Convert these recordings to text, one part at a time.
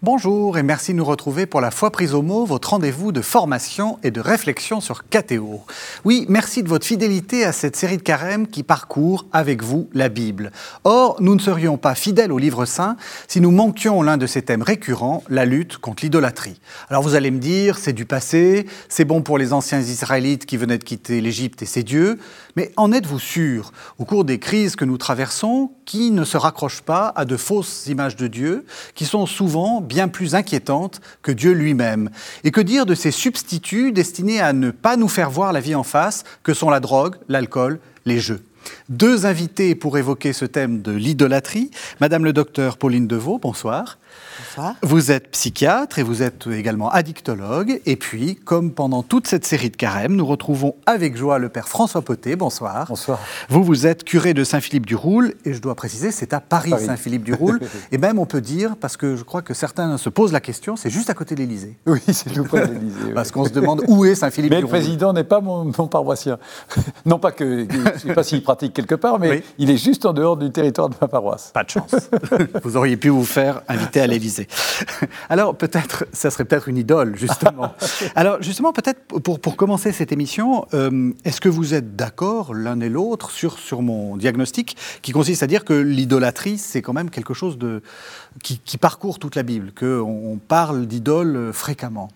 Bonjour et merci de nous retrouver pour la Foi prise au mot, votre rendez-vous de formation et de réflexion sur KTO. Oui, merci de votre fidélité à cette série de carême qui parcourt avec vous la Bible. Or, nous ne serions pas fidèles au livre saint si nous manquions l'un de ces thèmes récurrents, la lutte contre l'idolâtrie. Alors vous allez me dire, c'est du passé, c'est bon pour les anciens Israélites qui venaient de quitter l'Égypte et ses dieux, mais en êtes-vous sûr, au cours des crises que nous traversons, qui ne se raccrochent pas à de fausses images de Dieu, qui sont souvent bien plus inquiétantes que Dieu lui-même. Et que dire de ces substituts destinés à ne pas nous faire voir la vie en face, que sont la drogue, l'alcool, les jeux. Deux invités pour évoquer ce thème de l'idolâtrie. Madame le docteur Pauline Deveau, bonsoir. Bonsoir. Vous êtes psychiatre et vous êtes également addictologue. Et puis, comme pendant toute cette série de carême, nous retrouvons avec joie le père François Potet. Bonsoir. Bonsoir. Vous êtes curé de Saint-Philippe-du-Roule et je dois préciser, c'est à Paris. Saint-Philippe-du-Roule. Et même, on peut dire, parce que je crois que certains se posent la question, c'est juste à côté de l'Élysée. Oui, c'est tout près de l'Élysée. Oui. Parce qu'on se demande où est Saint-Philippe-du-Roule. Mais le président n'est pas mon paroissien. Non pas que, je ne sais pas s'il pratique quelque part, mais oui. Il est juste en dehors du territoire de ma paroisse. Pas de chance. Vous auriez pu vous faire inviter à l'Élysée. Alors, peut-être, ça serait peut-être une idole, justement. Alors, justement, peut-être, pour commencer cette émission, est-ce que vous êtes d'accord, l'un et l'autre, sur mon diagnostic, qui consiste à dire que l'idolâtrie, c'est quand même quelque chose qui parcourt toute la Bible, qu'on parle d'idole fréquemment?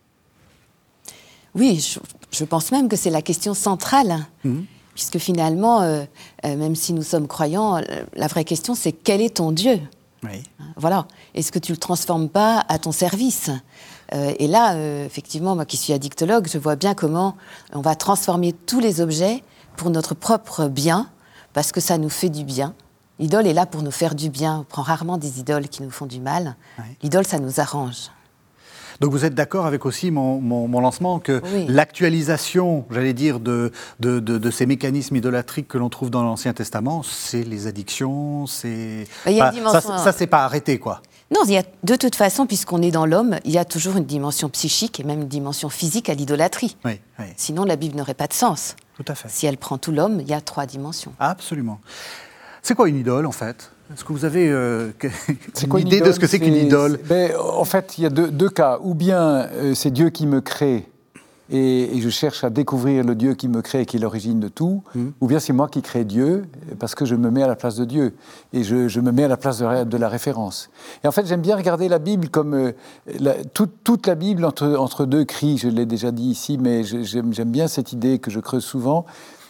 Oui, je pense même que c'est la question centrale. Puisque finalement, même si nous sommes croyants, la vraie question, c'est quel est ton Dieu ? Oui. Voilà. Est-ce que tu ne le transformes pas à ton service ? Et là, effectivement, moi qui suis addictologue, je vois bien comment on va transformer tous les objets pour notre propre bien, parce que ça nous fait du bien. L'idole est là pour nous faire du bien. On prend rarement des idoles qui nous font du mal. Oui. L'idole, ça nous arrange. Donc vous êtes d'accord avec aussi mon lancement que oui. L'actualisation, j'allais dire, de ces mécanismes idolâtriques que l'on trouve dans l'Ancien Testament, c'est les addictions, c'est... Il y a une dimension... ça, c'est pas arrêté, quoi. Non, de toute façon, puisqu'on est dans l'homme, il y a toujours une dimension psychique et même une dimension physique à l'idolâtrie. Oui, oui. Sinon, la Bible n'aurait pas de sens. Tout à fait. Si elle prend tout l'homme, il y a 3 dimensions. Absolument. C'est quoi une idole, en fait ? Est-ce que vous avez une idée de ce que c'est qu'une idole ? En fait, il y a deux cas. Ou bien c'est Dieu qui me crée et je cherche à découvrir le Dieu qui me crée et qui est l'origine de tout. Ou bien c'est moi qui crée Dieu parce que je me mets à la place de Dieu et je me mets à la place de la référence. Et en fait, j'aime bien regarder la Bible comme toute la Bible entre deux cris. Je l'ai déjà dit ici, mais j'aime bien cette idée que je creuse souvent.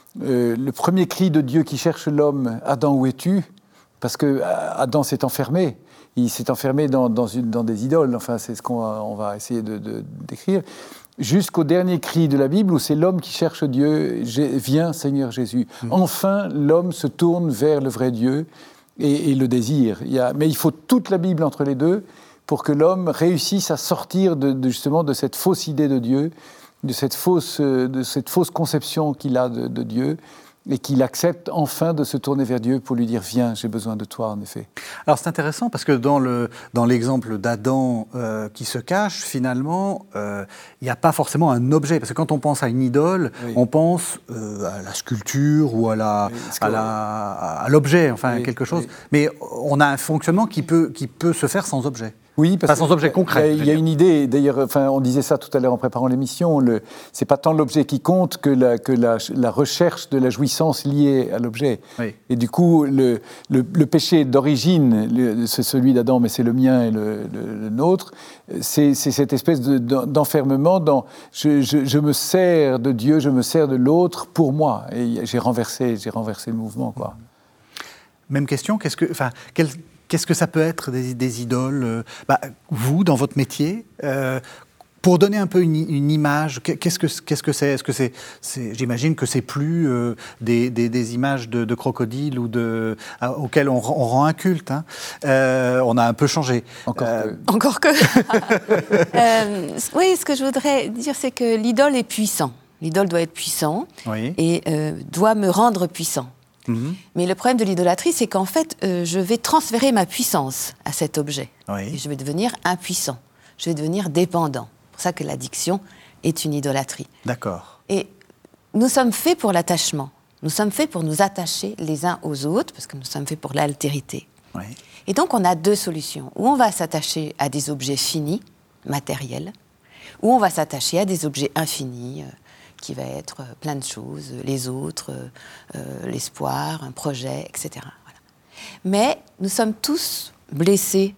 Le premier cri de Dieu qui cherche l'homme, « Adam, où es-tu » ? Parce que Adam s'est enfermé. Il s'est enfermé dans des idoles. Enfin, c'est ce qu'on va essayer de décrire. Jusqu'au dernier cri de la Bible, où c'est l'homme qui cherche Dieu. Viens, Seigneur Jésus. Enfin, l'homme se tourne vers le vrai Dieu et le désire. Mais il faut toute la Bible entre les deux pour que l'homme réussisse à sortir justement de cette fausse idée de Dieu, de cette fausse conception qu'il a de Dieu, et qu'il accepte enfin de se tourner vers Dieu pour lui dire « Viens, j'ai besoin de toi, en effet ». Alors c'est intéressant parce que dans l'exemple d'Adam qui se cache, finalement, il n'y a pas forcément un objet. Parce que quand on pense à une idole, oui. On pense à la sculpture ou à l'objet, enfin quelque chose. Oui. Mais on a un fonctionnement qui peut se faire sans objet. Oui, parce sans objet concret. Il y a une idée, d'ailleurs, on disait ça tout à l'heure en préparant l'émission, c'est pas tant l'objet qui compte que la recherche de la jouissance liée à l'objet. Oui. Et du coup, le péché d'origine, c'est celui d'Adam, mais c'est le mien et le nôtre, c'est cette espèce d'enfermement dans je me sers de Dieu, je me sers de l'autre pour moi. Et j'ai renversé le mouvement, quoi. Même question, qu'est-ce que ça peut être des idoles vous, dans votre métier, pour donner un peu une image, qu'est-ce que c'est ? Est-ce que c'est j'imagine que c'est plus des images de crocodiles ou auxquelles on rend un culte. Hein. On a un peu changé. Encore que. Oui, ce que je voudrais dire, c'est que l'idole est puissant. L'idole doit être puissant oui. Et doit me rendre puissant. Mais le problème de l'idolâtrie, c'est qu'en fait, je vais transférer ma puissance à cet objet. Oui. Et je vais devenir impuissant. Je vais devenir dépendant. C'est pour ça que l'addiction est une idolâtrie. D'accord. Et nous sommes faits pour l'attachement. Nous sommes faits pour nous attacher les uns aux autres, parce que nous sommes faits pour l'altérité. Oui. Et donc, on a deux solutions. Ou on va s'attacher à des objets finis, matériels, ou on va s'attacher à des objets infinis, qui va être plein de choses, les autres, l'espoir, un projet, etc. Voilà. Mais nous sommes tous blessés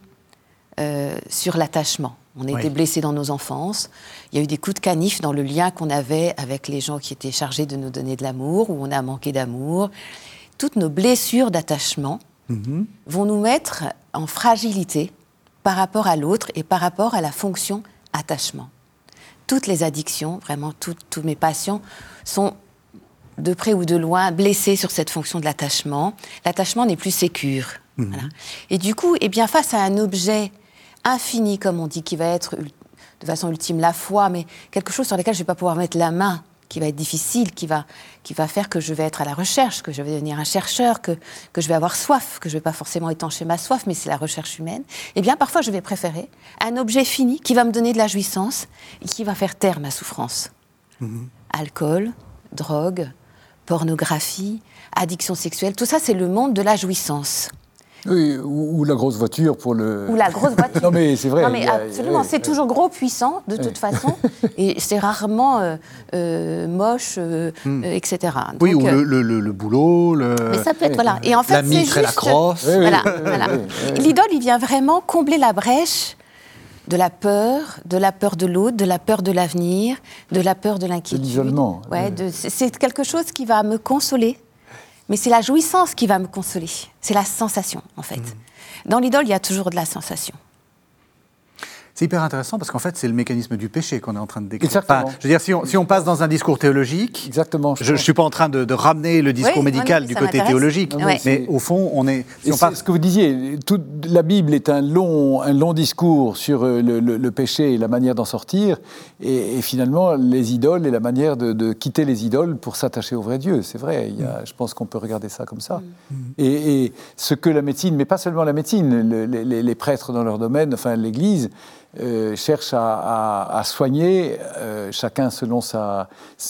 sur l'attachement. On était blessés dans nos enfances. Il y a eu des coups de canif dans le lien qu'on avait avec les gens qui étaient chargés de nous donner de l'amour, où on a manqué d'amour. Toutes nos blessures d'attachement vont nous mettre en fragilité par rapport à l'autre et par rapport à la fonction attachement. Toutes les addictions, vraiment tous mes patients sont de près ou de loin blessés sur cette fonction de l'attachement. L'attachement n'est plus sécure. Voilà. Et du coup, face à un objet infini, comme on dit, qui va être de façon ultime la foi, mais quelque chose sur lequel je ne vais pas pouvoir mettre la main, qui va être difficile, qui va faire que je vais être à la recherche, que je vais devenir un chercheur, que je vais avoir soif, que je ne vais pas forcément étancher ma soif, mais c'est la recherche humaine, parfois je vais préférer un objet fini qui va me donner de la jouissance et qui va faire taire ma souffrance. Alcool, drogue, pornographie, addiction sexuelle, tout ça c'est le monde de la jouissance. Oui, ou la grosse voiture pour le... Ou la grosse voiture. Non mais c'est vrai. Non mais absolument, c'est toujours gros, puissant, de toute façon, et c'est rarement moche, etc. Donc, oui, ou le boulot, Mais ça peut être, voilà. Et en fait, la mitre et la crosse. Voilà. L'idole, il vient vraiment combler la brèche de la peur de l'autre, de la peur de l'avenir, de la peur de l'inquiétude. De l'isolement. C'est quelque chose qui va me consoler. Mais c'est la jouissance qui va me consoler. C'est la sensation, en fait. Dans l'idole, il y a toujours de la sensation. C'est hyper intéressant parce qu'en fait, c'est le mécanisme du péché qu'on est en train de décrire. Exactement. Je veux dire, si on passe dans un discours théologique, exactement, je ne suis pas en train de ramener le discours médical du côté théologique, mais au fond, on est... Ce que vous disiez, la Bible est un long discours sur le péché et la manière d'en sortir, et finalement, les idoles et la manière de quitter les idoles pour s'attacher au vrai Dieu. C'est vrai, je pense qu'on peut regarder ça comme ça. Et ce que la médecine, mais pas seulement la médecine, les prêtres dans leur domaine, enfin l'Église, cherche à soigner, chacun selon sa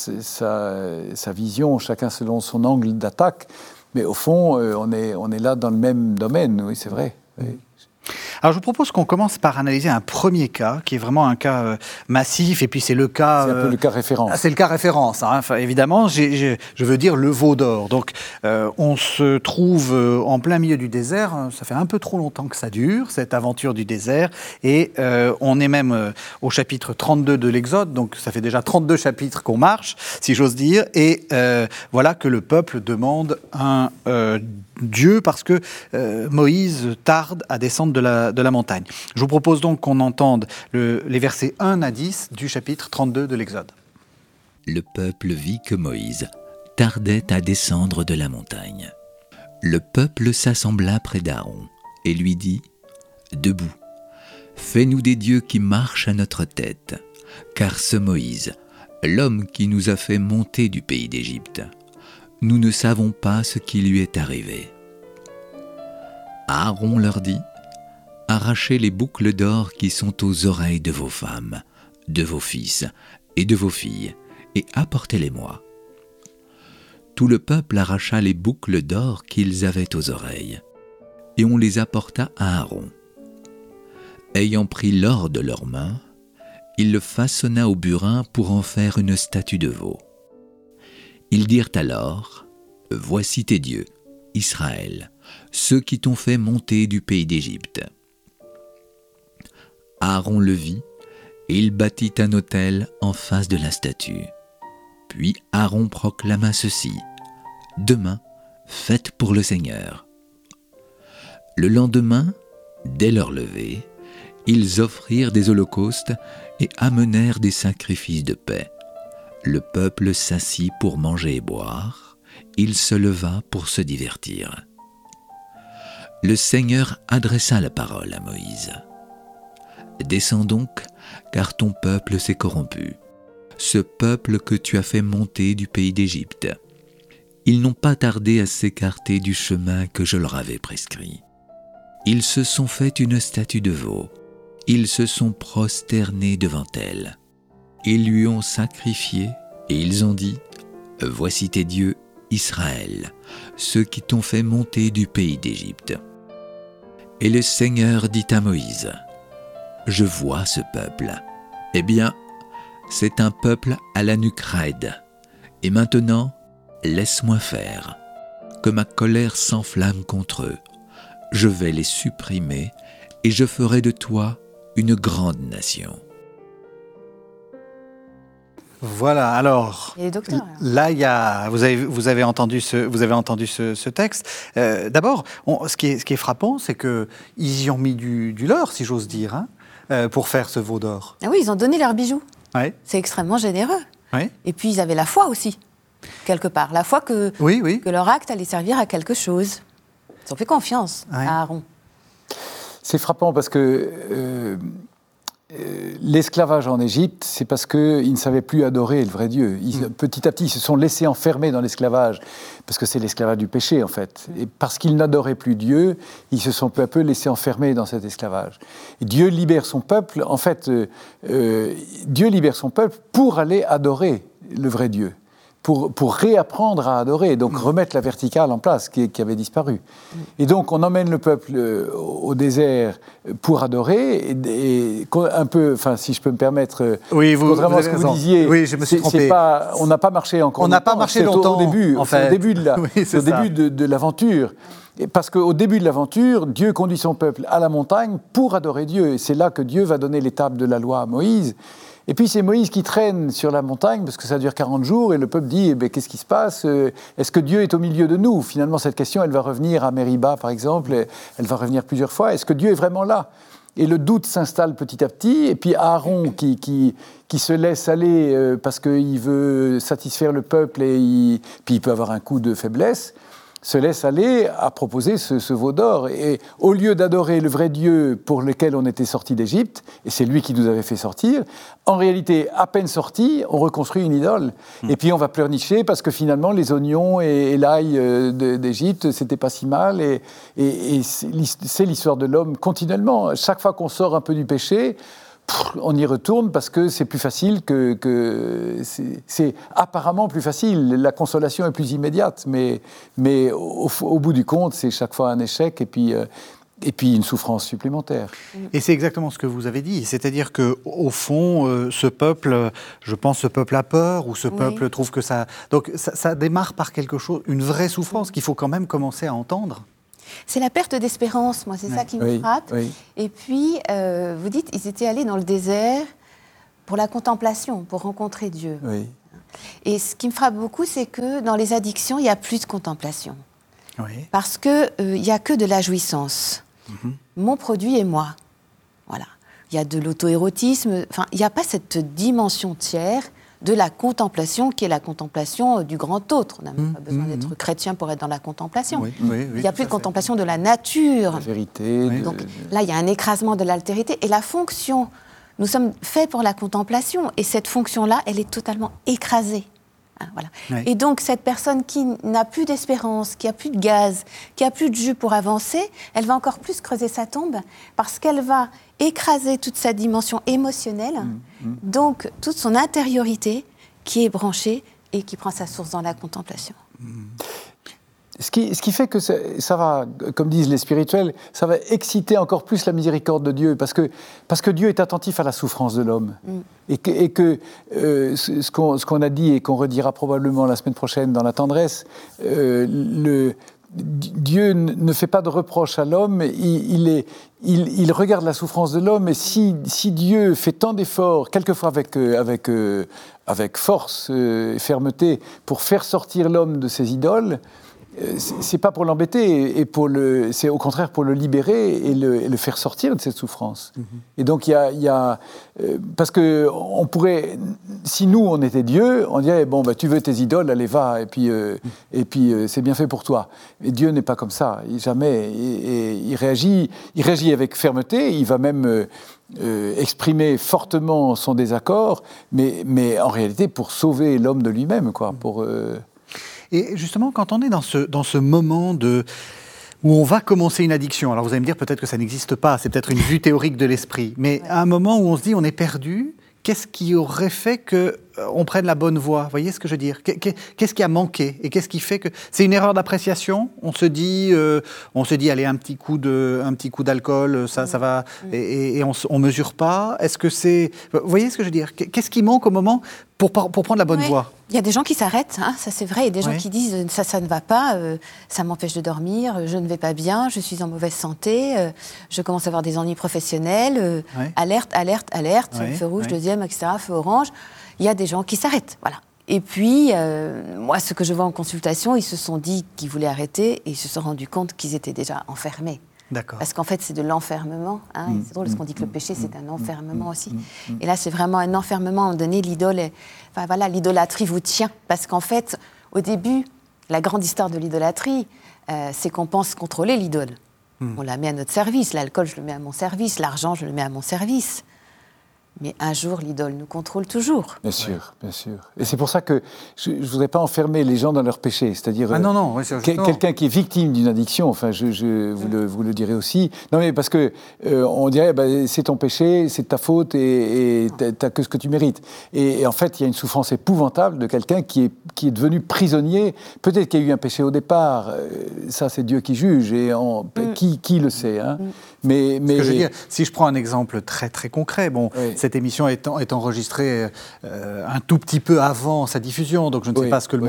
vision, chacun selon son angle d'attaque. Mais au fond, on est là dans le même domaine, oui, c'est vrai. Oui. Alors je vous propose qu'on commence par analyser un premier cas, qui est vraiment un cas massif, et puis c'est le cas... C'est un peu le cas référence. C'est le cas référence, hein. Enfin, évidemment, je veux dire le veau d'or. Donc on se trouve en plein milieu du désert, ça fait un peu trop longtemps que ça dure, cette aventure du désert, et on est même au chapitre 32 de l'Exode, donc ça fait déjà 32 chapitres qu'on marche, si j'ose dire, et voilà que le peuple demande un Dieu parce que Moïse tarde à descendre de la montagne. Je vous propose donc qu'on entende les versets 1 à 10 du chapitre 32 de l'Exode. Le peuple vit que Moïse tardait à descendre de la montagne. Le peuple s'assembla près d'Aaron et lui dit : « Debout, fais-nous des dieux qui marchent à notre tête, car ce Moïse, l'homme qui nous a fait monter du pays d'Égypte, nous ne savons pas ce qui lui est arrivé. » Aaron leur dit : « Arrachez les boucles d'or qui sont aux oreilles de vos femmes, de vos fils et de vos filles, et apportez-les-moi. » Tout le peuple arracha les boucles d'or qu'ils avaient aux oreilles, et on les apporta à Aaron. Ayant pris l'or de leurs mains, il le façonna au burin pour en faire une statue de veau. Ils dirent alors : « Voici tes dieux, Israël, ceux qui t'ont fait monter du pays d'Égypte. » Aaron le vit, et il bâtit un autel en face de la statue. Puis Aaron proclama ceci : « Demain, fête pour le Seigneur. » Le lendemain, dès leur lever, ils offrirent des holocaustes et amenèrent des sacrifices de paix. Le peuple s'assit pour manger et boire. Il se leva pour se divertir. Le Seigneur adressa la parole à Moïse. « Descends donc, car ton peuple s'est corrompu, ce peuple que tu as fait monter du pays d'Égypte. Ils n'ont pas tardé à s'écarter du chemin que je leur avais prescrit. Ils se sont fait une statue de veau. Ils se sont prosternés devant elle. Ils lui ont sacrifié et ils ont dit : « Voici tes dieux, Israël, ceux qui t'ont fait monter du pays d'Égypte. » Et le Seigneur dit à Moïse, « Je vois ce peuple. Eh bien, c'est un peuple à la nuque raide. Et maintenant, laisse-moi faire, que ma colère s'enflamme contre eux. Je vais les supprimer et je ferai de toi une grande nation. » Voilà, alors, Et les docteurs, alors. là, vous avez entendu ce texte. D'abord, ce qui est frappant, c'est qu'ils y ont mis du leur, si j'ose dire, hein, pour faire ce veau d'or. Ah oui, ils ont donné leurs bijoux. Ouais. C'est extrêmement généreux. Ouais. Et puis, ils avaient la foi aussi, quelque part. La foi que leur acte allait servir à quelque chose. Ils ont fait confiance à Aaron. C'est frappant parce que l'esclavage en Égypte, c'est parce qu'ils ne savaient plus adorer le vrai Dieu. Petit à petit, ils se sont laissés enfermer dans l'esclavage, parce que c'est l'esclavage du péché, en fait. Et parce qu'ils n'adoraient plus Dieu, ils se sont peu à peu laissés enfermer dans cet esclavage. Et Dieu libère son peuple, en fait, Dieu libère son peuple pour aller adorer le vrai Dieu. Pour réapprendre à adorer, donc remettre la verticale en place qui avait disparu. Et donc on emmène le peuple au désert pour adorer, et un peu, enfin si je peux me permettre, contrairement à ce que vous disiez, je me suis trompé. On n'a pas marché encore. On n'a pas marché longtemps. Au début, en fait. au début de l'aventure. Parce qu'au début de l'aventure, Dieu conduit son peuple à la montagne pour adorer Dieu. Et c'est là que Dieu va donner l'étape de la loi à Moïse. Et puis c'est Moïse qui traîne sur la montagne, parce que ça dure 40 jours, et le peuple dit, qu'est-ce qui se passe ? Est-ce que Dieu est au milieu de nous ? Finalement, cette question, elle va revenir à Mériba, par exemple, elle va revenir plusieurs fois. Est-ce que Dieu est vraiment là ? Et le doute s'installe petit à petit, et puis Aaron qui se laisse aller parce qu'il veut satisfaire le peuple, puis il peut avoir un coup de faiblesse, se laisse aller à proposer ce veau d'or. Et au lieu d'adorer le vrai Dieu pour lequel on était sorti d'Égypte, et c'est lui qui nous avait fait sortir, en réalité, à peine sorti, on reconstruit une idole. Et puis on va pleurnicher parce que finalement, les oignons et l'ail d'Égypte, c'était pas si mal. Et c'est l'histoire de l'homme continuellement. Chaque fois qu'on sort un peu du péché, on y retourne parce que c'est plus facile c'est apparemment plus facile. La consolation est plus immédiate, mais au bout du compte, c'est chaque fois un échec et puis une souffrance supplémentaire. Et c'est exactement ce que vous avez dit, c'est-à-dire que au fond, ce peuple a peur, ou ce peuple trouve que ça. Donc ça démarre par quelque chose, une vraie souffrance qu'il faut quand même commencer à entendre. C'est la perte d'espérance, moi, c'est ça qui me frappe. Oui. Et puis, vous dites, ils étaient allés dans le désert pour la contemplation, pour rencontrer Dieu. Oui. Et ce qui me frappe beaucoup, c'est que dans les addictions, il n'y a plus de contemplation. Oui. Parce qu'il n'y a que de la jouissance. Mon produit et moi. Voilà. Il y a de l'auto-érotisme. Enfin, il n'y a pas cette dimension tiers de la contemplation, qui est la contemplation du grand autre. On n'a même pas besoin d'être chrétien pour être dans la contemplation. Il n'y a plus de contemplation de la nature. La vérité. Donc là, il y a un écrasement de l'altérité. Et la fonction, nous sommes faits pour la contemplation. Et cette fonction-là, elle est totalement écrasée. Voilà. Oui. Et donc, cette personne qui n'a plus d'espérance, qui n'a plus de gaz, qui n'a plus de jus pour avancer, elle va encore plus creuser sa tombe parce qu'elle va écraser toute sa dimension émotionnelle, donc toute son intériorité qui est branchée et qui prend sa source dans la contemplation. Ce qui fait que ça va, comme disent les spirituels, ça va exciter encore plus la miséricorde de Dieu, parce que Dieu est attentif à la souffrance de l'homme. Et que ce qu'on a dit et qu'on redira probablement la semaine prochaine dans la tendresse, Dieu ne fait pas de reproche à l'homme, il regarde la souffrance de l'homme, et si Dieu fait tant d'efforts, quelquefois avec force et fermeté, pour faire sortir l'homme de ses idoles, c'est pas pour l'embêter, c'est au contraire pour le libérer et le faire sortir de cette souffrance. Et donc il y a parce que on pourrait, si nous on était Dieu, on dirait tu veux tes idoles, allez va, et puis c'est bien fait pour toi. Et Dieu n'est pas comme ça, jamais. Et il réagit avec fermeté. Il va même exprimer fortement son désaccord, mais en réalité pour sauver l'homme de lui-même, quoi. Et justement, quand on est dans ce moment où on va commencer une addiction, alors vous allez me dire peut-être que ça n'existe pas, c'est peut-être une vue théorique de l'esprit, mais à un moment où on se dit on est perdu, qu'est-ce qui aurait fait que on prenne la bonne voie. Vous voyez ce que je veux dire ? Qu'est-ce qui a manqué ? Et qu'est-ce qui fait que... C'est une erreur d'appréciation ? On se dit, allez, un petit coup d'alcool, ça va... Et on ne mesure pas ? Est-ce que c'est... Vous voyez ce que je veux dire ? Qu'est-ce qui manque au moment pour prendre la bonne voie ? Il y a des gens qui s'arrêtent, hein, ça c'est vrai. Il y a des gens qui disent ça ne va pas, ça m'empêche de dormir, je ne vais pas bien, je suis en mauvaise santé, je commence à avoir des ennuis professionnels, alerte, feu rouge, deuxième, etc., feu orange. Il y a des gens qui s'arrêtent, voilà. Et puis, moi, ce que je vois en consultation, ils se sont dit qu'ils voulaient arrêter et ils se sont rendus compte qu'ils étaient déjà enfermés. D'accord. Parce qu'en fait, c'est de l'enfermement. Hein. C'est drôle parce qu'on dit que le péché, c'est un enfermement aussi. Et là, c'est vraiment un enfermement. À un moment donné, l'idolâtrie vous tient. Parce qu'en fait, au début, la grande histoire de l'idolâtrie, c'est qu'on pense contrôler l'idole. On la met à notre service. L'alcool, je le mets à mon service. L'argent, je le mets à mon service. Mais un jour, l'idole nous contrôle toujours. Bien sûr, bien sûr. Et c'est pour ça que je ne voudrais pas enfermer les gens dans leur péché. C'est-à-dire quelqu'un qui est victime d'une addiction, enfin, vous le direz aussi. Non, mais parce que on dirait, c'est ton péché, c'est de ta faute et t'as que ce que tu mérites. Et en fait, il y a une souffrance épouvantable de quelqu'un qui est devenu prisonnier. Peut-être qu'il y a eu un péché au départ. Ça, c'est Dieu qui juge. Et qui le sait, hein. Mais ce que je veux dire, si je prends un exemple très très concret, cette émission est enregistrée un tout petit peu avant sa diffusion, donc je ne sais pas ce que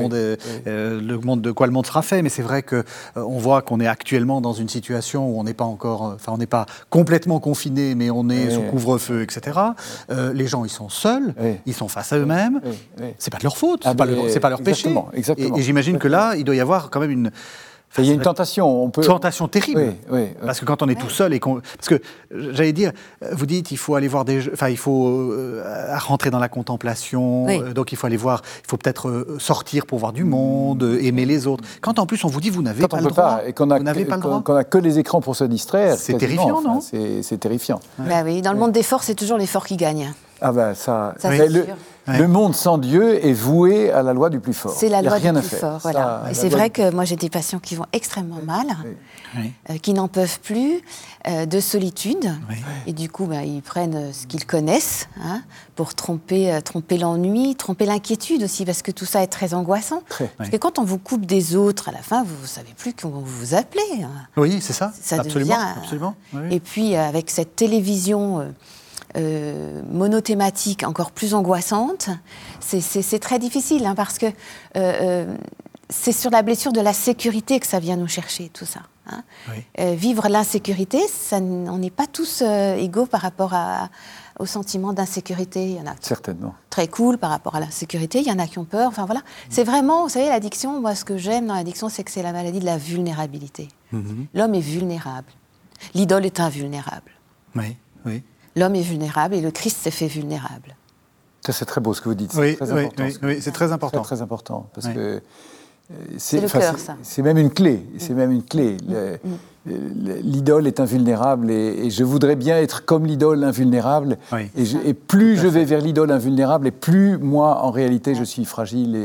de quoi le monde sera fait, mais c'est vrai que on voit qu'on est actuellement dans une situation où on n'est pas encore, on n'est pas complètement confiné, mais on est sous couvre-feu, etc. Les gens, ils sont seuls, ils sont face à eux-mêmes. C'est pas de leur faute, c'est pas leur péché. Exactement. Et j'imagine que là, il doit y avoir quand même une il y a une tentation. Tentation terrible. Parce que quand on est tout seul parce que j'allais dire, vous dites, il faut aller voir il faut rentrer dans la contemplation. Donc il faut aller voir, il faut peut-être sortir pour voir du monde, aimer les autres. Quand en plus on vous dit, vous n'avez pas le droit. Et qu'on a que les écrans pour se distraire. C'est terrifiant, non ? C'est terrifiant. Oui, dans le monde des forts, c'est toujours les forts qui gagnent. Ah ça c'est sûr. Le monde sans Dieu est voué à la loi du plus fort. C'est la loi du plus fort, voilà. Et c'est vrai que moi, j'ai des patients qui vont extrêmement mal, qui n'en peuvent plus, de solitude. Et du coup, ils prennent ce qu'ils connaissent pour tromper l'ennui, tromper l'inquiétude aussi, parce que tout ça est très angoissant. Parce que quand on vous coupe des autres, à la fin, vous ne savez plus comment vous vous appelez. Oui, c'est ça. Absolument. Et puis, avec cette télévision... monothématique, encore plus angoissante, c'est très difficile, parce que c'est sur la blessure de la sécurité que ça vient nous chercher, tout ça. Vivre l'insécurité, on n'est pas tous égaux par rapport au sentiment d'insécurité. Il y en a certainement très cool par rapport à l'insécurité, il y en a qui ont peur, enfin voilà. C'est vraiment, vous savez, l'addiction, moi ce que j'aime dans l'addiction, c'est que c'est la maladie de la vulnérabilité. L'homme est vulnérable, l'idole est invulnérable. Oui. L'homme est vulnérable et le Christ s'est fait vulnérable. Ça, c'est très beau ce que vous dites. C'est très important. C'est très important. C'est très important parce que c'est le cœur, ça. C'est même une clé. C'est même une clé. L'idole est invulnérable et je voudrais bien être comme l'idole invulnérable. Et plus je vais vers l'idole invulnérable, et plus moi, en réalité, je suis fragile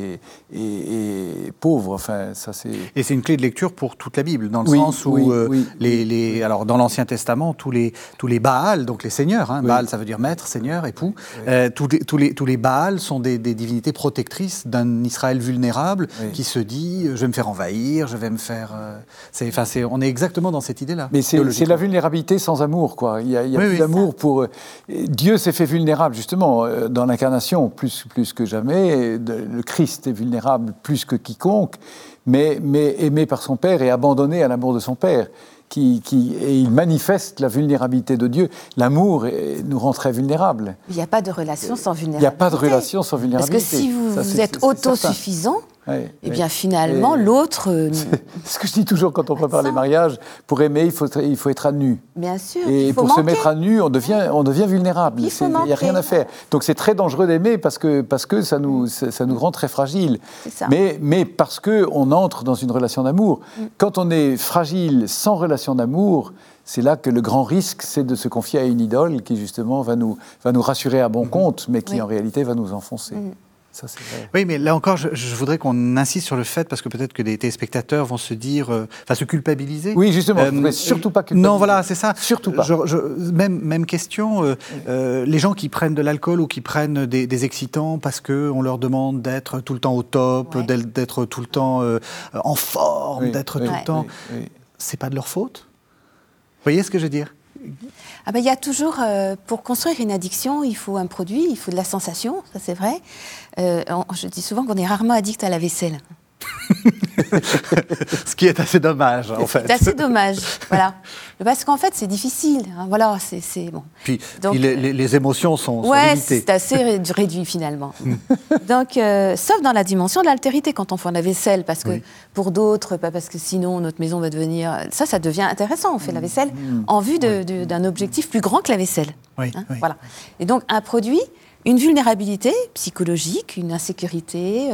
et pauvre. Enfin, ça, c'est... Et c'est une clé de lecture pour toute la Bible, dans le sens où alors dans l'Ancien Testament, tous les Baals, donc les seigneurs, Baal, ça veut dire maître, seigneur, époux, tous les Baals sont des divinités protectrices d'un Israël vulnérable qui se dit, je vais me faire envahir, je vais me faire... on est exactement dans cette idée-là. Mais c'est la vulnérabilité sans amour, quoi. Il y a plus d'amour pour... Dieu s'est fait vulnérable, justement, dans l'incarnation, plus que jamais. Le Christ est vulnérable plus que quiconque, mais aimé par son Père et abandonné à l'amour de son Père. Et il manifeste la vulnérabilité de Dieu. L'amour nous rend très vulnérables. Il n'y a pas de relation sans vulnérabilité. Il n'y a pas de relation sans vulnérabilité. Parce que si vous êtes autosuffisant, bien finalement, l'autre... C'est ce que je dis toujours quand on prépare les mariages. Pour aimer, il faut être à nu. Bien sûr. Et pour se mettre à nu, on devient vulnérable. Il n'y a rien à faire. Donc c'est très dangereux d'aimer parce que ça nous rend très fragiles. Mais parce qu'on entre dans une relation d'amour. Quand on est fragile sans relation d'amour, c'est là que le grand risque, c'est de se confier à une idole qui, justement, va nous rassurer à bon compte, mais qui, en réalité, va nous enfoncer. Ça, c'est vrai. Oui, mais là encore, je voudrais qu'on insiste sur le fait, parce que peut-être que des téléspectateurs vont se dire, se culpabiliser. Oui, justement, mais surtout pas culpabiliser. Non, voilà, c'est ça. Surtout pas. Même question, les gens qui prennent de l'alcool ou qui prennent des excitants parce qu'on leur demande d'être tout le temps au top, d'être tout le temps en forme, d'être tout le temps... C'est pas de leur faute. Vous voyez ce que je veux dire ? Il y a toujours, pour construire une addiction, il faut un produit, il faut de la sensation, ça c'est vrai. Je dis souvent qu'on est rarement addict à la vaisselle. Ce qui est assez dommage, en fait. C'est assez dommage, voilà. Parce qu'en fait, c'est difficile. Hein, voilà, c'est bon. Puis les émotions sont limitées. C'est assez réduit, finalement. Donc, sauf dans la dimension de l'altérité, quand on fait la vaisselle, parce que pour d'autres, pas parce que sinon notre maison va devenir... Ça devient intéressant. On fait la vaisselle en vue d'un objectif plus grand que la vaisselle. Voilà. Et donc, un produit, une vulnérabilité psychologique, une insécurité...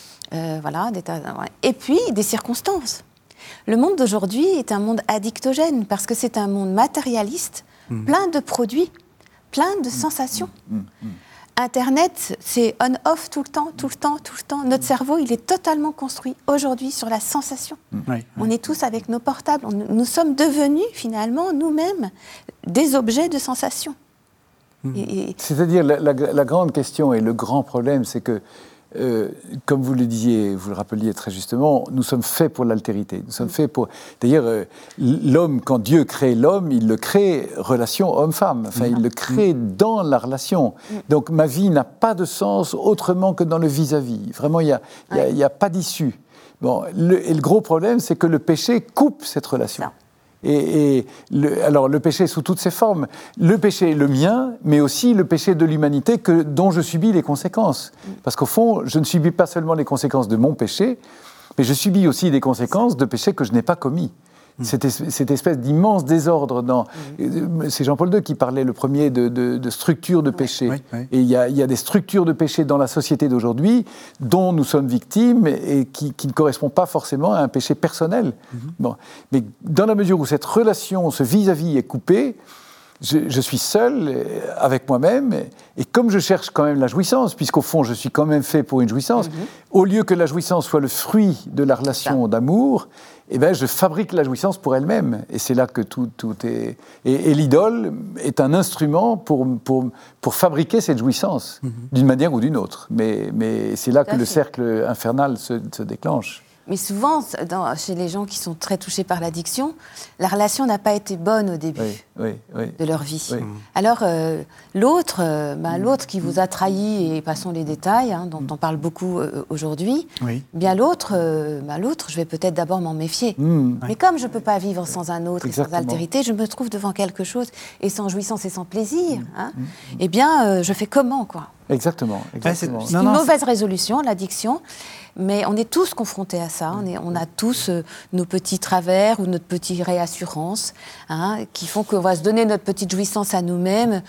et puis des circonstances. Le monde d'aujourd'hui est un monde addictogène parce que c'est un monde matérialiste, plein de produits, plein de sensations. Internet, c'est on-off tout le temps, tout le temps, tout le temps. Notre cerveau, il est totalement construit aujourd'hui sur la sensation. On est tous avec nos portables. Nous sommes devenus finalement nous-mêmes des objets de sensation. C'est-à-dire la grande question et le grand problème, c'est que comme vous le disiez, vous le rappeliez très justement, nous sommes faits pour l'altérité. Nous sommes faits pour... D'ailleurs, l'homme, quand Dieu crée l'homme, il le crée relation homme-femme. Enfin, il le crée dans la relation. Donc, ma vie n'a pas de sens autrement que dans le vis-à-vis. Vraiment, il n'y a pas d'issue. Bon, et le gros problème, c'est que le péché coupe cette relation. Alors le péché sous toutes ses formes, le péché le mien, mais aussi le péché de l'humanité dont je subis les conséquences. Parce qu'au fond, je ne subis pas seulement les conséquences de mon péché, mais je subis aussi des conséquences de péchés que je n'ai pas commis. Cette espèce d'immense désordre c'est Jean-Paul II qui parlait le premier de structures de péché. Et il y a des structures de péché dans la société d'aujourd'hui dont nous sommes victimes et qui ne correspondent pas forcément à un péché personnel. Bon. Mais dans la mesure où cette relation, ce vis-à-vis est coupé, je suis seul avec moi-même, et comme je cherche quand même la jouissance, puisqu'au fond je suis quand même fait pour une jouissance, au lieu que la jouissance soit le fruit de la relation d'amour, je fabrique la jouissance pour elle-même. Et c'est là que tout est... Et l'idole est un instrument pour fabriquer cette jouissance, d'une manière ou d'une autre. Mais c'est là que le cercle infernal se déclenche. Mais souvent, chez les gens qui sont très touchés par l'addiction, la relation n'a pas été bonne au début de leur vie. Alors, l'autre qui vous a trahi, et passons les détails, dont on parle beaucoup aujourd'hui, bien l'autre, je vais peut-être d'abord m'en méfier. Mais comme je ne peux pas vivre sans un autre et sans altérité, je me trouve devant quelque chose, et sans jouissance et sans plaisir, eh bien, je fais comment, quoi ? Exactement. C'est une mauvaise résolution, l'addiction, mais on est tous confrontés à ça. On a tous nos petits travers ou notre petite réassurance qui font qu'on va se donner notre petite jouissance à nous-mêmes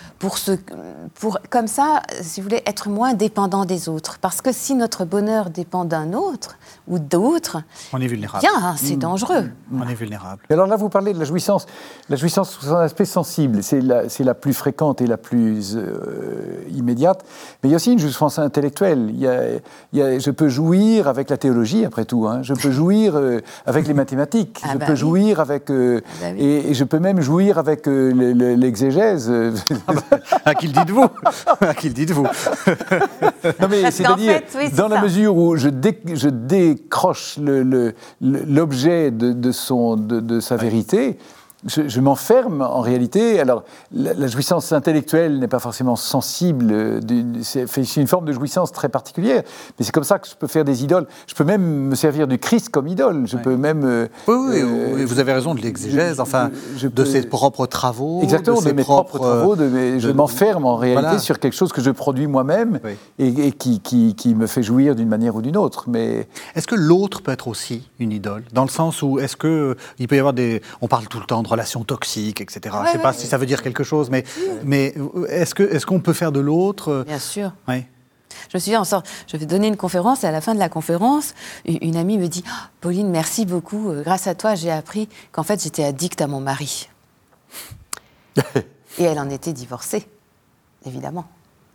pour comme ça, si vous voulez, être moins dépendant des autres. Parce que si notre bonheur dépend d'un autre ou d'autres, on est vulnérable. Bien, c'est dangereux. On est vulnérable. Et alors là, vous parlez de la jouissance. La jouissance sous son aspect sensible, c'est la plus fréquente et la plus immédiate. Mais il y a aussi une jouissance intellectuelle. Je peux jouir avec la théologie, après tout. Je peux jouir avec les mathématiques. Je peux jouir avec... et je peux même jouir avec l'exégèse. À qui le dites-vous ? À qui le dites-vous ? Non, mais c'est-à-dire, dans la mesure où je décroche l'objet de sa vérité, je m'enferme en réalité. Alors, la jouissance intellectuelle n'est pas forcément sensible, c'est une forme de jouissance très particulière, mais c'est comme ça que je peux faire des idoles. Je peux même me servir du Christ comme idole. Je peux même... Oui, vous avez raison de l'exégèse, de ses propres travaux. Exactement, de mes propres travaux. Je m'enferme en réalité sur quelque chose que je produis moi-même et qui me fait jouir d'une manière ou d'une autre. Mais... Est-ce que l'autre peut être aussi une idole ? Dans le sens où, est-ce qu'il peut y avoir des... On parle tout le temps de relations toxiques, etc. Je ne sais pas si ça veut dire quelque chose, mais est-ce qu'on peut faire de l'autre ? Bien sûr. Oui. Je me souviens, je vais donner une conférence et à la fin de la conférence, une amie me dit « Pauline, merci beaucoup. Grâce à toi, j'ai appris qu'en fait, j'étais addict à mon mari. » Et elle en était divorcée, évidemment.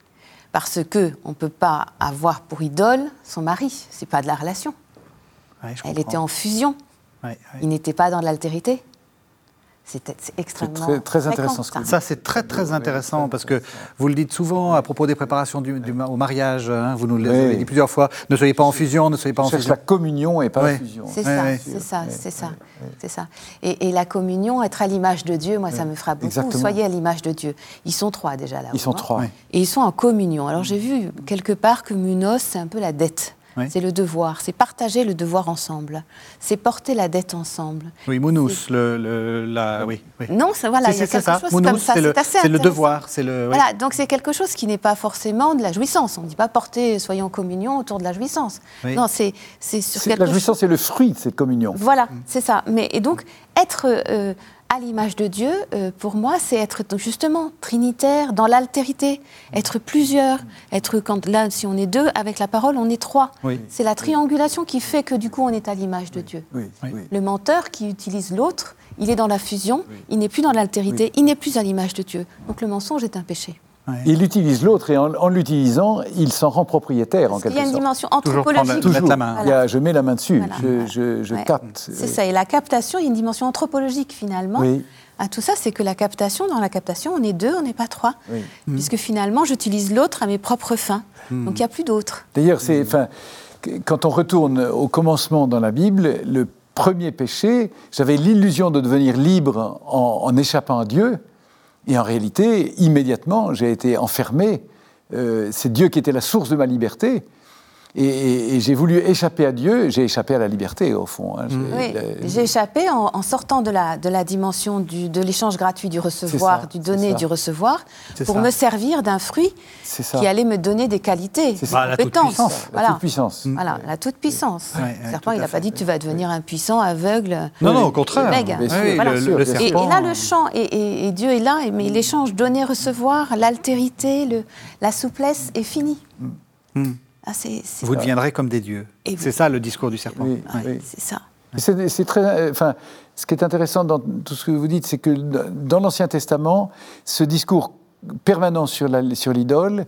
Parce qu'on ne peut pas avoir pour idole son mari. Ce n'est pas de la relation. Ouais, je Elle comprends. était en fusion. Ouais, ouais. Il n'était pas dans l'altérité. C'est extrêmement C'est très intéressant fréquent, ce que vous ça. Ça, c'est très, très intéressant parce que vous le dites souvent à propos des préparations au mariage. Hein, vous nous l'avez dit plusieurs fois. Ne soyez pas en fusion, ne soyez pas en On cherche fusion. la communion et pas Ouais. la fusion. C'est Ouais, ça, ouais. c'est ça, c'est ça, c'est ça. Et la communion, être à l'image de Dieu, moi, ça me frappe beaucoup. Exactement. Soyez à l'image de Dieu. Ils sont 3 déjà là. Ils sont 3. Ouais. Et ils sont en communion. Alors j'ai vu quelque part que Munos, c'est un peu la dette. Oui. C'est le devoir. C'est partager le devoir ensemble. C'est porter la dette ensemble. Oui, Mounous, oui. Non, voilà, il y a quelque chose Mounous, comme ça. c'est le assez intéressant. devoir. Oui. Voilà, donc c'est quelque chose qui n'est pas forcément de la jouissance. On ne dit pas porter, soyons en communion autour de la jouissance. Oui. Non, c'est sur quelque La chose. jouissance, c'est le fruit de cette communion. Voilà, c'est ça. Et donc, être à l'image de Dieu, pour moi, c'est être justement trinitaire, dans l'altérité, être plusieurs, là, si on est 2, avec la parole, on est 3. Oui. C'est la triangulation qui fait que du coup, on est à l'image de Dieu. Oui, Oui. oui. Le menteur qui utilise l'autre, il est dans la fusion, il n'est plus dans l'altérité, il n'est plus à l'image de Dieu. Donc le mensonge est un péché. Il utilise l'autre et en l'utilisant, il s'en rend propriétaire en Parce qu'il quelque y a une sorte. dimension Toujours prendre anthropologique. mettre la main. Il y a, je mets la main dessus, Voilà. je Ouais. capte. C'est ça. Et la captation, il y a une dimension anthropologique finalement. Oui. À tout ça, c'est que dans la captation, on est 2, on n'est pas 3. Oui. Puisque finalement, j'utilise l'autre à mes propres fins. Donc il n'y a plus d'autre. D'ailleurs, quand on retourne au commencement dans la Bible, le premier péché, j'avais l'illusion de devenir libre en échappant à Dieu. Et en réalité, immédiatement, j'ai été enfermé. C'est Dieu qui était la source de ma liberté. Et j'ai voulu échapper à Dieu, j'ai échappé à la liberté, au fond. Hein. Oui, j'ai échappé en sortant de la dimension de l'échange gratuit du recevoir, ça, du donner et ça. du recevoir, C'est pour ça. me servir d'un fruit C'est ça. qui allait me donner des qualités, C'est des ça. La compétences. toute-puissance. La toute-puissance. Voilà, la toute-puissance. Ouais, Le ouais, serpent, tout il à n'a pas fait. dit tu vas devenir impuissant, aveugle. Non, au contraire. Meg. Bien sûr. Oui, Voilà. le Bien sûr. Et serpent. là, le champ, et Dieu est là, mais l'échange donner-recevoir, l'altérité, la souplesse est fini. Ah, Vous deviendrez comme des dieux. Et vous- C'est ça le discours du serpent. Oui, Ouais, oui. c'est ça. C'est très, ce qui est intéressant dans tout ce que vous dites, c'est que dans l'Ancien Testament, ce discours permanent sur l'idole,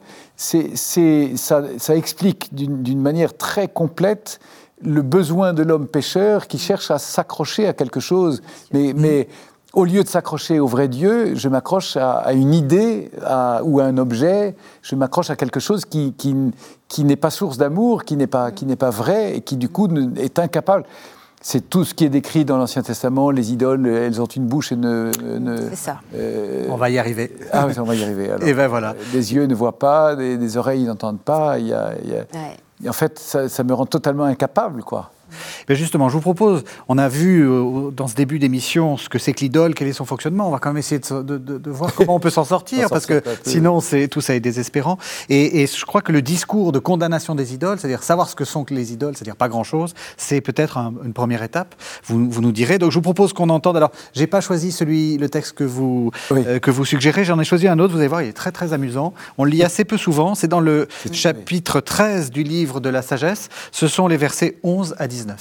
ça explique d'une manière très complète le besoin de l'homme pécheur qui cherche à s'accrocher à quelque chose. Mais au lieu de s'accrocher au vrai Dieu, je m'accroche à une idée ou à un objet, je m'accroche à quelque chose qui n'est pas source d'amour, qui n'est pas vrai et qui du coup est incapable. C'est tout ce qui est décrit dans l'Ancien Testament, les idoles, elles ont une bouche et C'est ça. On va y arriver. Ah oui, on va y arriver. Alors. Et ben voilà. Des yeux ne voient pas, des oreilles n'entendent pas. Ouais. Et en fait, ça me rend totalement incapable, quoi. Mais justement, je vous propose, on a vu dans ce début d'émission ce que c'est que l'idole, quel est son fonctionnement. On va quand même essayer de voir comment on peut s'en sortir, parce que sinon tout ça est désespérant. Et je crois que le discours de condamnation des idoles, c'est-à-dire savoir ce que sont que les idoles, c'est-à-dire pas grand-chose, c'est peut-être une première étape. Vous nous direz. Donc je vous propose qu'on entende. Alors, j'ai pas choisi le texte que vous suggérez, j'en ai choisi un autre. Vous allez voir, il est très très amusant. On le lit assez peu souvent. C'est dans le chapitre 13 du livre de la sagesse. Ce sont les versets 11 à 19.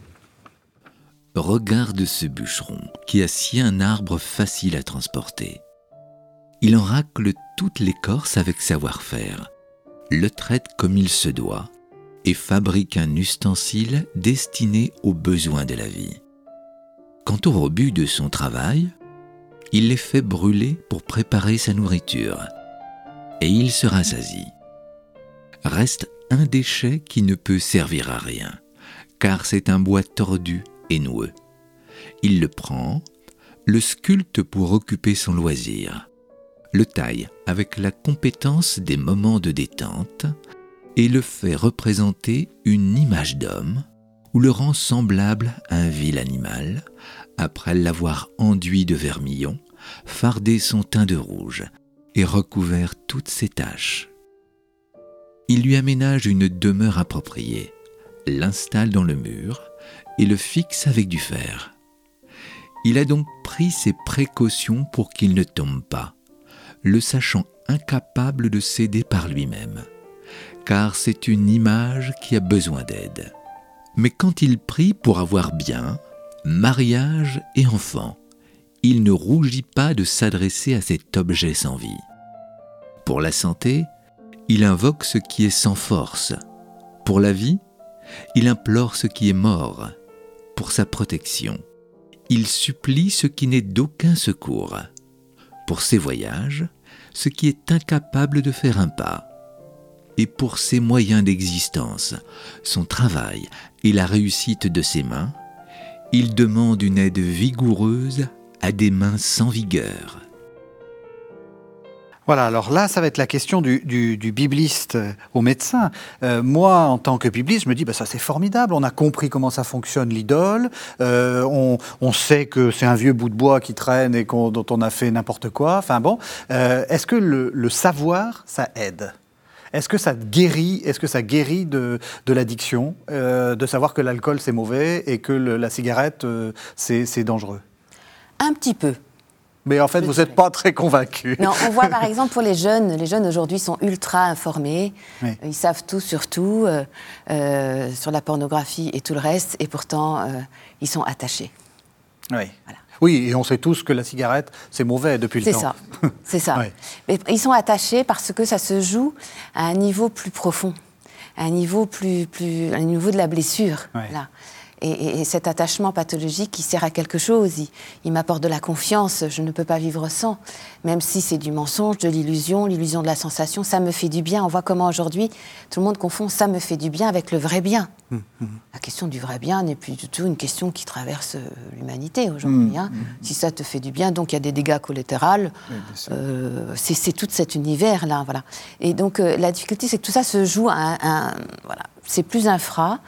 Regarde ce bûcheron qui a scié un arbre facile à transporter. Il en racle toute l'écorce avec savoir-faire, le traite comme il se doit et fabrique un ustensile destiné aux besoins de la vie. Quant au rebut de son travail, il les fait brûler pour préparer sa nourriture et il se rassasie. Reste un déchet qui ne peut servir à rien, car c'est un bois tordu et noueux. Il le prend, le sculpte pour occuper son loisir, le taille avec la compétence des moments de détente et le fait représenter une image d'homme ou le rend semblable à un vil animal après l'avoir enduit de vermillon, fardé son teint de rouge et recouvert toutes ses taches. Il lui aménage une demeure appropriée, l'installe dans le mur et le fixe avec du fer. Il a donc pris ses précautions pour qu'il ne tombe pas, le sachant incapable de céder par lui-même, car c'est une image qui a besoin d'aide. Mais quand il prie pour avoir bien, mariage et enfant, il ne rougit pas de s'adresser à cet objet sans vie. Pour la santé, il invoque ce qui est sans force. Pour la vie, il implore ce qui est mort. Pour sa protection, il supplie ce qui n'est d'aucun secours. Pour ses voyages, ce qui est incapable de faire un pas. Et pour ses moyens d'existence, son travail et la réussite de ses mains, il demande une aide vigoureuse à des mains sans vigueur. Voilà, alors là, ça va être la question du bibliste au médecin. Moi, en tant que bibliste, je me dis, ça c'est formidable, on a compris comment ça fonctionne l'idole, on sait que c'est un vieux bout de bois qui traîne et dont on a fait n'importe quoi. Enfin bon, est-ce que le savoir, ça aide ? Est-ce que ça guérit de l'addiction, de savoir que l'alcool c'est mauvais et que la cigarette c'est dangereux ? Un petit peu. Mais en fait, vous n'êtes pas très convaincu. Non, on voit par exemple pour les jeunes aujourd'hui sont ultra informés, oui. Ils savent tout sur tout, sur la pornographie et tout le reste, et pourtant ils sont attachés. Oui. Voilà. Oui, et on sait tous que la cigarette, c'est mauvais depuis le temps. C'est ça. Oui. Mais ils sont attachés parce que ça se joue à un niveau plus profond, à un niveau à un niveau de la blessure. Oui. Là. Et cet attachement pathologique, il sert à quelque chose. Il m'apporte de la confiance. Je ne peux pas vivre sans. Même si c'est du mensonge, de l'illusion de la sensation, ça me fait du bien. On voit comment aujourd'hui, tout le monde confond ça me fait du bien avec le vrai bien. La question du vrai bien n'est plus du tout une question qui traverse l'humanité aujourd'hui. Si ça te fait du bien, donc il y a des dégâts collatéraux. C'est tout cet univers-là. Voilà. Et donc la difficulté, c'est que tout ça se joue voilà. C'est plus infra.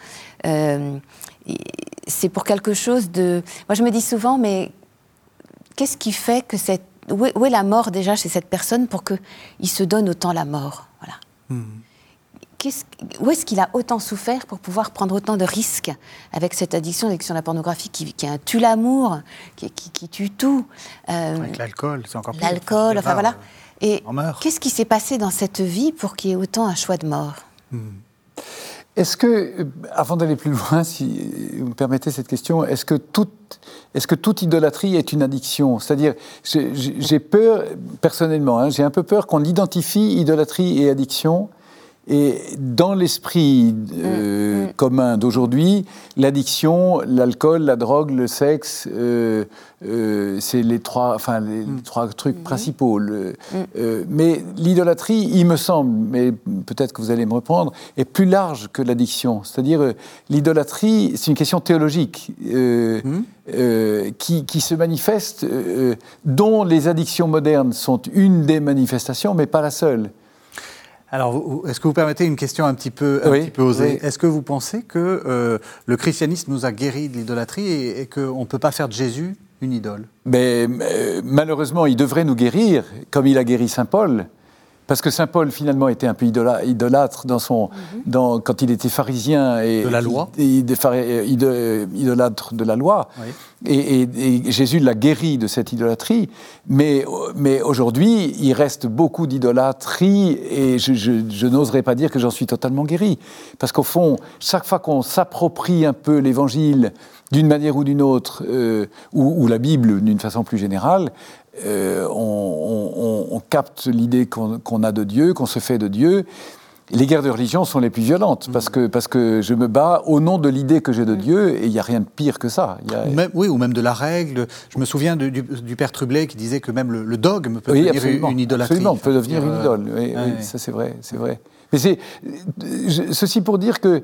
C'est pour quelque chose de... Moi, je me dis souvent, mais qu'est-ce qui fait que où est la mort déjà chez cette personne pour qu'il se donne autant la mort ? Voilà. Où est-ce qu'il a autant souffert pour pouvoir prendre autant de risques avec cette addiction à la pornographie qui tue l'amour, qui tue tout Avec l'alcool, c'est encore pire. L'alcool, enfin voilà. Et on meurt. qu'est-ce qui s'est passé dans cette vie pour qu'il y ait autant un choix de mort ? Est-ce que, avant d'aller plus loin, si vous me permettez cette question, est-ce que toute idolâtrie est une addiction ? C'est-à-dire, j'ai peur, personnellement, j'ai un peu peur qu'on identifie idolâtrie et addiction. Et dans l'esprit commun d'aujourd'hui, l'addiction, l'alcool, la drogue, le sexe, c'est les trois trucs principaux. Mais l'idolâtrie, il me semble, mais peut-être que vous allez me reprendre, est plus large que l'addiction. C'est-à-dire, l'idolâtrie, c'est une question théologique qui se manifeste, dont les addictions modernes sont une des manifestations, mais pas la seule. Alors, est-ce que vous permettez une question un petit peu osée ? Est-ce que vous pensez que le christianisme nous a guéris de l'idolâtrie et qu'on ne peut pas faire de Jésus une idole ? Mais malheureusement, il devrait nous guérir, comme il a guéri Saint Paul. Parce que Saint Paul, finalement, était un peu idolâtre quand il était pharisien. Et, de la loi. Idolâtre de la loi. Oui. Et Jésus l'a guéri de cette idolâtrie. Mais aujourd'hui, il reste beaucoup d'idolâtrie et je n'oserais pas dire que j'en suis totalement guéri. Parce qu'au fond, chaque fois qu'on s'approprie un peu l'Évangile d'une manière ou d'une autre, ou la Bible d'une façon plus générale, on capte l'idée qu'on a de Dieu, qu'on se fait de Dieu. Les guerres de religion sont les plus violentes, parce que je me bats au nom de l'idée que j'ai de Dieu, et il n'y a rien de pire que ça. Ou même de la règle. Je me souviens du père Trublet qui disait que même le dogme peut devenir une idolâtrie. Absolument, peut devenir une idole. Oui, ça c'est vrai. Mais ceci pour dire que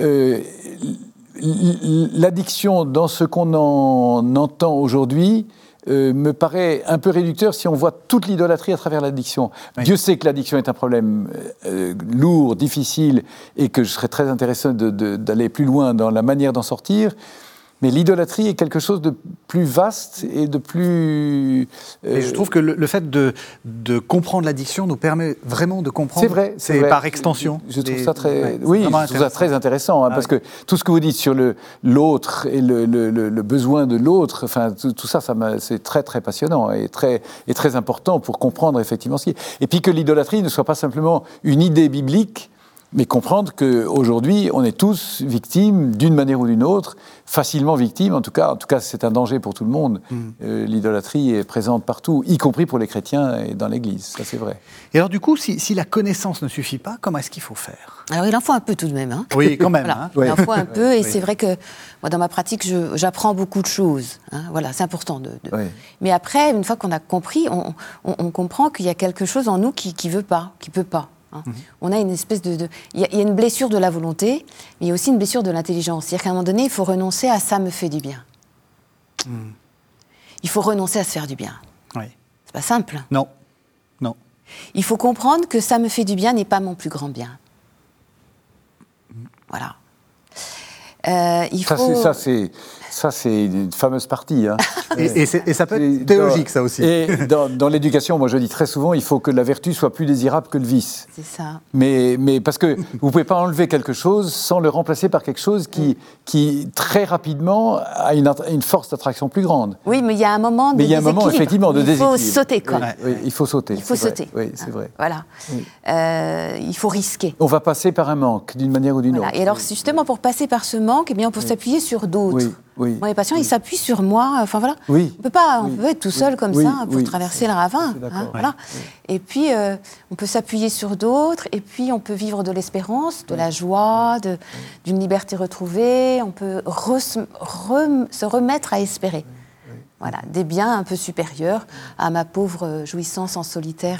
l'addiction, dans ce qu'on en entend aujourd'hui, me paraît un peu réducteur si on voit toute l'idolâtrie à travers l'addiction. Oui. Dieu sait que l'addiction est un problème lourd, difficile, et que je serais très intéressé d'aller plus loin dans la manière d'en sortir. Mais l'idolâtrie est quelque chose de plus vaste et de plus... Et je trouve que le fait de comprendre l'addiction nous permet vraiment de comprendre... C'est vrai. Par extension. Je trouve ça très... Oui, je trouve ça très intéressant, parce que tout ce que vous dites sur l'autre et le besoin de l'autre, enfin, tout ça, c'est très, très passionnant et très important pour comprendre effectivement ce qui est. Et puis que l'idolâtrie ne soit pas simplement une idée biblique, Mais comprendre qu'aujourd'hui, on est tous victimes, d'une manière ou d'une autre, facilement victimes, en tout cas c'est un danger pour tout le monde. L'idolâtrie est présente partout, y compris pour les chrétiens et dans l'Église, ça c'est vrai. Et alors du coup, si la connaissance ne suffit pas, comment est-ce qu'il faut faire ? Alors il en faut un peu tout de même. Hein. Oui, quand même. Voilà. Hein. Il en faut un peu, et c'est vrai que moi, dans ma pratique, j'apprends beaucoup de choses. Hein. Voilà, c'est important. Oui. Mais après, une fois qu'on a compris, on comprend qu'il y a quelque chose en nous qui veut pas, qui peut pas. Hein. On a une espèce il y a une blessure de la volonté, mais il y a aussi une blessure de l'intelligence. C'est-à-dire qu'à un moment donné, il faut renoncer à « ça me fait du bien ». Il faut renoncer à se faire du bien. Oui. C'est pas simple. Non. Il faut comprendre que « ça me fait du bien » n'est pas mon plus grand bien. Voilà. Ça, c'est une fameuse partie. Hein. Et ça peut être théologique, ça aussi. Et dans l'éducation, moi je dis très souvent, il faut que la vertu soit plus désirable que le vice. C'est ça. Mais parce que vous ne pouvez pas enlever quelque chose sans le remplacer par quelque chose qui très rapidement, a une force d'attraction plus grande. Oui, mais il y a un moment de déséquilibre. Effectivement, de déséquilibre. Il faut sauter, quoi. Oui, il faut sauter. Il faut sauter. Oui, c'est vrai. Voilà. Oui. Il faut risquer. On va passer par un manque, d'une manière ou d'une autre. Et alors, justement, pour passer par ce manque, eh bien, on peut s'appuyer sur d'autres. Oui. Moi, les patients, ils s'appuient sur moi. Enfin, voilà. Oui. On peut être tout seul comme ça pour traverser le ravin. Hein, voilà. Et puis, on peut s'appuyer sur d'autres. Et puis, on peut vivre de l'espérance, de la joie, d'une liberté retrouvée. On peut se remettre à espérer. Voilà, des biens un peu supérieurs à ma pauvre jouissance en solitaire.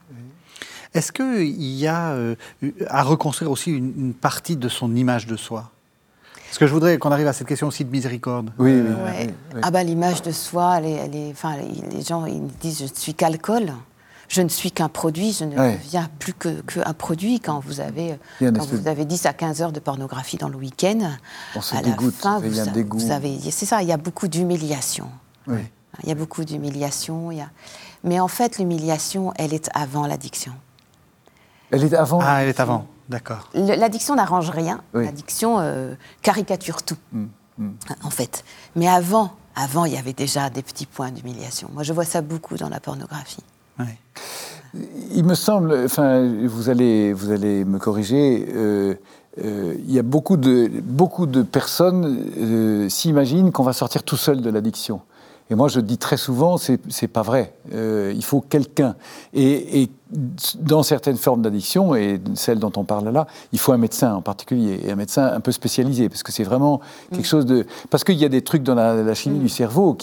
Est-ce qu'il y a à reconstruire aussi une partie de son image de soi ? Parce que je voudrais qu'on arrive à cette question aussi de miséricorde. Oui. Ah bah l'image de soi, les gens ils disent je ne suis qu'alcool, je ne suis qu'un produit, je ne deviens plus qu'un produit. Quand vous avez 10 à 15 heures de pornographie dans le week-end, on se dégoûte, vous avez, c'est ça, il y a beaucoup d'humiliation. Oui. Il y a beaucoup d'humiliation. Mais en fait, l'humiliation, elle est avant l'addiction. Elle est avant. Ah, elle est avant. D'accord. L'addiction n'arrange rien. Oui. L'addiction caricature tout, en fait. Mais avant, il y avait déjà des petits points d'humiliation. Moi, je vois ça beaucoup dans la pornographie. Oui. Il me semble, enfin, vous allez me corriger, il y a beaucoup de personnes s'imaginent qu'on va sortir tout seul de l'addiction. Et moi, je dis très souvent, c'est pas vrai. Il faut quelqu'un. Et dans certaines formes d'addiction, et celle dont on parle là, il faut un médecin en particulier, et un médecin un peu spécialisé, parce que c'est vraiment quelque chose de... Parce qu'il y a des trucs dans la chimie du cerveau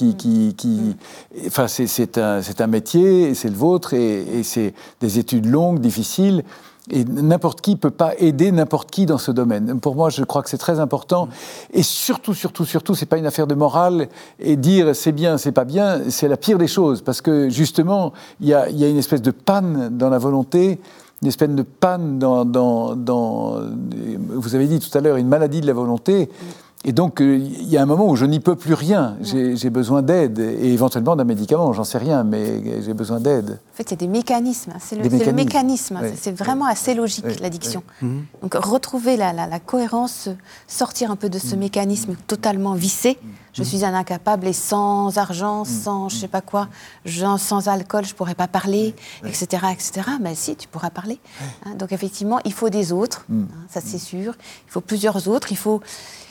Enfin, c'est un métier, et c'est le vôtre, et c'est des études longues, difficiles. Et n'importe qui ne peut pas aider n'importe qui dans ce domaine. Pour moi, je crois que c'est très important. Et surtout, ce n'est pas une affaire de morale. Et dire c'est bien, c'est pas bien, c'est la pire des choses. Parce que justement, il y a une espèce de panne dans la volonté, une espèce de panne dans vous avez dit tout à l'heure, une maladie de la volonté. Et donc, il y a un moment où je n'y peux plus rien. J'ai besoin d'aide, et éventuellement d'un médicament, j'en sais rien, mais j'ai besoin d'aide. En fait, il y a des mécanismes. C'est le mécanisme. Oui. C'est vraiment assez logique, l'addiction. Oui. Donc, retrouver la cohérence, sortir un peu de ce mécanisme totalement vissé. Je suis un incapable, et sans argent, sans je ne sais pas quoi, sans alcool, je ne pourrais pas parler, etc., etc. Mais si, tu pourras parler. Hein, donc, effectivement, il faut des autres, ça c'est sûr. Il faut plusieurs autres, il faut,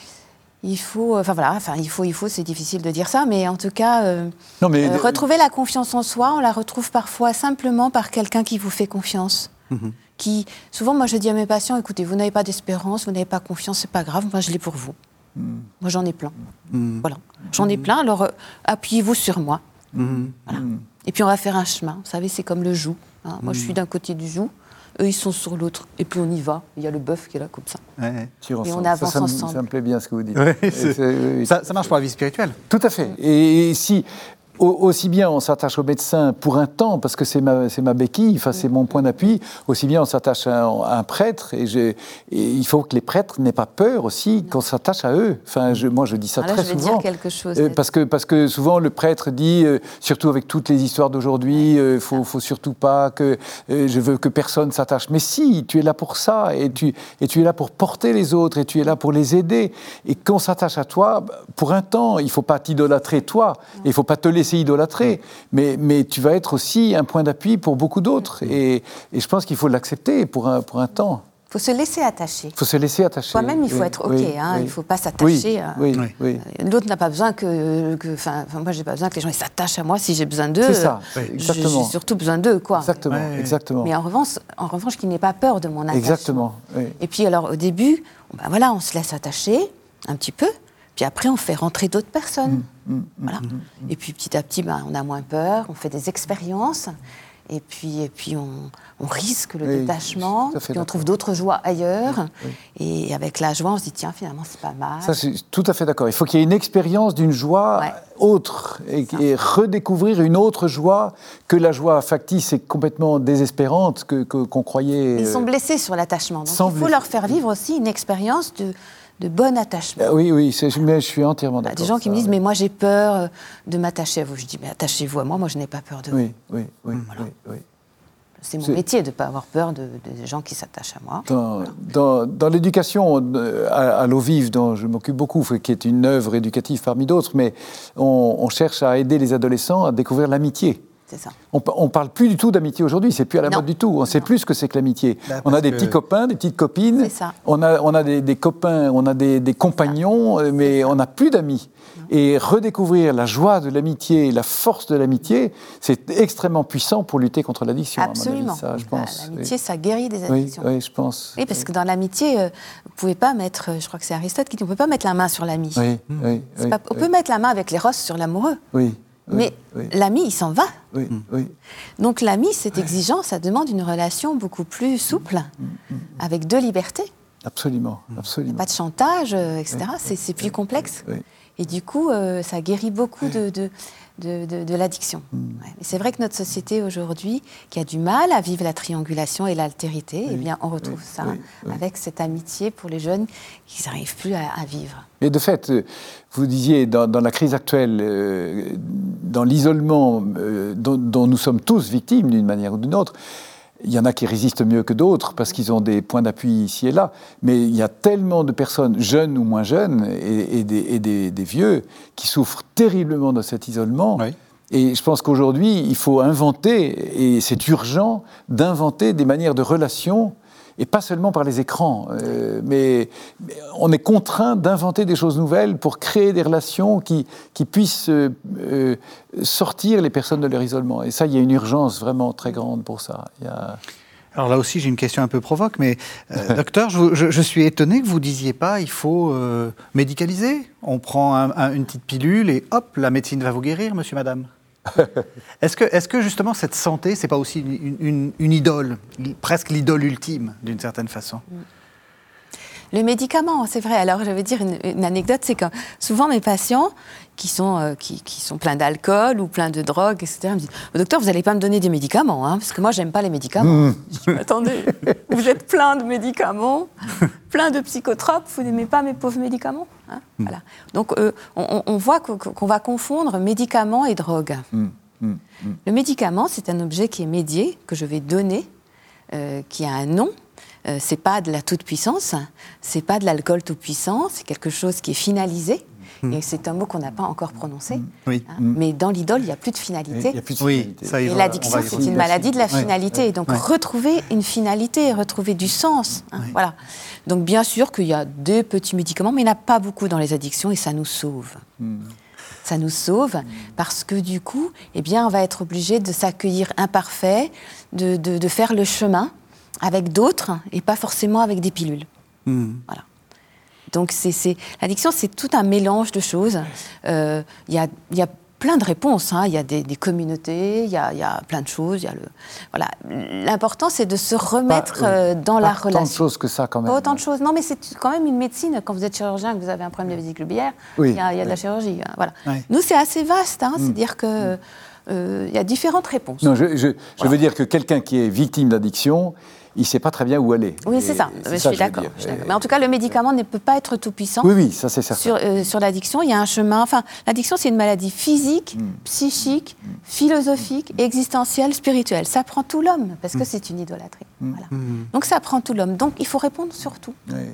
c'est difficile de dire ça, mais en tout cas, retrouver la confiance en soi, on la retrouve parfois simplement par quelqu'un qui vous fait confiance. Souvent, moi, je dis à mes patients, écoutez, vous n'avez pas d'espérance, vous n'avez pas confiance, c'est pas grave, moi, je l'ai pour vous. Moi, j'en ai plein. Voilà. J'en ai plein, alors appuyez-vous sur moi. Voilà. Et puis, on va faire un chemin. Vous savez, c'est comme le joug. Hein. Moi, je suis d'un côté du joug. Eux, ils sont sur l'autre. Et puis, on y va. Il y a le bœuf qui est là, comme ça. Et on avance ensemble. Ça me plaît bien, ce que vous dites. Ça marche pour la vie spirituelle. Tout à fait. Et si... Aussi bien on s'attache au médecin pour un temps, parce que c'est ma béquille, enfin, c'est mon point d'appui, aussi bien on s'attache à un prêtre, et il faut que les prêtres n'aient pas peur aussi qu'on s'attache à eux. Enfin, moi je dis ça très souvent. Je vais dire quelque chose. Parce que souvent le prêtre dit, surtout avec toutes les histoires d'aujourd'hui, faut surtout pas que je veux que personne s'attache. Mais si, tu es là pour ça, et tu es là pour porter les autres, et tu es là pour les aider. Et qu'on s'attache à toi, pour un temps, il faut pas t'idolâtrer toi, il faut pas te laisser idolâtrer, mais tu vas être aussi un point d'appui pour beaucoup d'autres, et je pense qu'il faut l'accepter pour un temps. faut se laisser attacher. Il faut se laisser attacher. Soi-même, il faut être OK. Il ne faut pas s'attacher. Oui. L'autre n'a pas besoin moi, j'ai pas besoin que les gens s'attachent à moi si j'ai besoin d'eux. C'est ça, exactement. J'ai surtout besoin d'eux, quoi. Exactement. Mais en revanche, qu'ils n'aient pas peur de mon attachement. Exactement. Oui. Et puis, alors, au début, on se laisse attacher un petit peu. Puis après, on fait rentrer d'autres personnes. Voilà. Et puis, petit à petit, on a moins peur, on fait des expériences. Et puis on risque le détachement, puis on trouve d'autres joies ailleurs. Et avec la joie, on se dit, tiens, finalement, c'est pas mal. Ça, je suis tout à fait d'accord. Il faut qu'il y ait une expérience d'une joie autre et redécouvrir une autre joie que la joie factice et complètement désespérante qu'on croyait... Ils sont blessés sur l'attachement. Donc il faut leur faire vivre aussi une expérience de bon attachement. Oui, mais je suis entièrement d'accord. Des gens qui me disent, mais moi j'ai peur de m'attacher à vous. Je dis, mais attachez-vous à moi, moi je n'ai pas peur de vous. Oui. C'est mon métier de ne pas avoir peur des gens qui s'attachent à moi. Dans l'éducation à l'eau vive, dont je m'occupe beaucoup, qui est une œuvre éducative parmi d'autres, mais on cherche à aider les adolescents à découvrir l'amitié. C'est ça. On ne parle plus du tout d'amitié aujourd'hui, c'est plus à la mode du tout. On ne sait plus ce que c'est que l'amitié. On a des petits copains, des petites copines, on a des copains, on a des compagnons, mais on n'a plus d'amis. Et redécouvrir la joie de l'amitié, la force de l'amitié, c'est extrêmement puissant pour lutter contre l'addiction. Absolument. À mon avis, ça, je pense. L'amitié, ça guérit des addictions. Oui, je pense. Oui, parce que dans l'amitié, vous ne pouvez pas mettre, je crois que c'est Aristote qui dit, on ne peut pas mettre la main sur l'ami. On peut mettre la main avec l'éros sur l'amoureux. Mais l'ami, il s'en va. Donc l'ami, c'est exigeant, ça demande une relation beaucoup plus souple, avec deux libertés. Absolument. Il n'y a pas de chantage, etc. C'est plus complexe. Et du coup, ça guérit beaucoup de l'addiction. Mais c'est vrai que notre société aujourd'hui, qui a du mal à vivre la triangulation et l'altérité, eh bien, on retrouve ça avec cette amitié pour les jeunes qui n'arrivent plus à vivre. Et de fait, vous disiez, dans la crise actuelle, dans l'isolement dont nous sommes tous victimes d'une manière ou d'une autre, il y en a qui résistent mieux que d'autres parce qu'ils ont des points d'appui ici et là. Mais il y a tellement de personnes, jeunes ou moins jeunes, et des vieux, qui souffrent terriblement de cet isolement. Et je pense qu'aujourd'hui, il faut inventer, et c'est urgent, d'inventer des manières de relations, et pas seulement par les écrans. Mais on est contraint d'inventer des choses nouvelles pour créer des relations qui puissent sortir les personnes de leur isolement. Et ça, il y a une urgence vraiment très grande pour ça. Alors là aussi, j'ai une question un peu provoque, mais docteur, je suis étonné que vous ne disiez pas il faut médicaliser. On prend une petite pilule et hop, la médecine va vous guérir, monsieur, madame. Est-ce que justement cette santé, c'est pas aussi une idole, presque l'idole ultime d'une certaine façon? Le médicament, c'est vrai. Alors, je vais dire une anecdote, c'est que souvent mes patients qui sont pleins d'alcool ou pleins de drogue, etc., me disent « Docteur, vous n'allez pas me donner des médicaments, hein, parce que moi, j'aime pas les médicaments. » Je dis « Attendez, vous êtes plein de médicaments, plein de psychotropes, vous n'aimez pas mes pauvres médicaments, hein ?» Voilà. Donc, on voit qu'on va confondre médicaments et drogue. Le médicament, c'est un objet qui est médié, que je vais donner, qui a un nom. C'est pas de la toute-puissance, c'est pas de l'alcool tout-puissant, c'est quelque chose qui est finalisé. Et c'est un mot qu'on n'a pas encore prononcé. Mais dans l'idole, il n'y a plus de finalité. Il y a plus de finalité. Et l'addiction, c'est une maladie de la finalité. Et donc, retrouver une finalité, retrouver du sens. Voilà. Donc, bien sûr qu'il y a des petits médicaments, mais il n'y en a pas beaucoup dans les addictions et ça nous sauve. Ça nous sauve parce que, du coup, eh bien, on va être obligé de s'accueillir imparfait, de faire le chemin avec d'autres et pas forcément avec des pilules. Voilà. Donc, l'addiction, c'est tout un mélange de choses. Il y a plein de réponses. Il y a des communautés, il y a plein de choses. Voilà. L'important, c'est de se remettre dans la relation. Pas autant de choses que ça, quand même. Pas autant de choses. Non, mais c'est quand même une médecine. Quand vous êtes chirurgien, que vous avez un problème de vésicule biliaire, il y a de la chirurgie. Voilà. Nous, c'est assez vaste. C'est-à-dire que il y a différentes réponses. Non, je veux dire que quelqu'un qui est victime d'addiction, il ne sait pas très bien où aller. Oui, c'est ça. Je suis d'accord. Mais en tout cas, le médicament ne peut pas être tout-puissant. Oui, ça c'est certain. Sur l'addiction, il y a un chemin. Enfin, l'addiction, c'est une maladie physique, psychique, philosophique, existentielle, spirituelle. Ça prend tout l'homme, parce que c'est une idolâtrie. Voilà. Donc ça prend tout l'homme. Donc il faut répondre sur tout.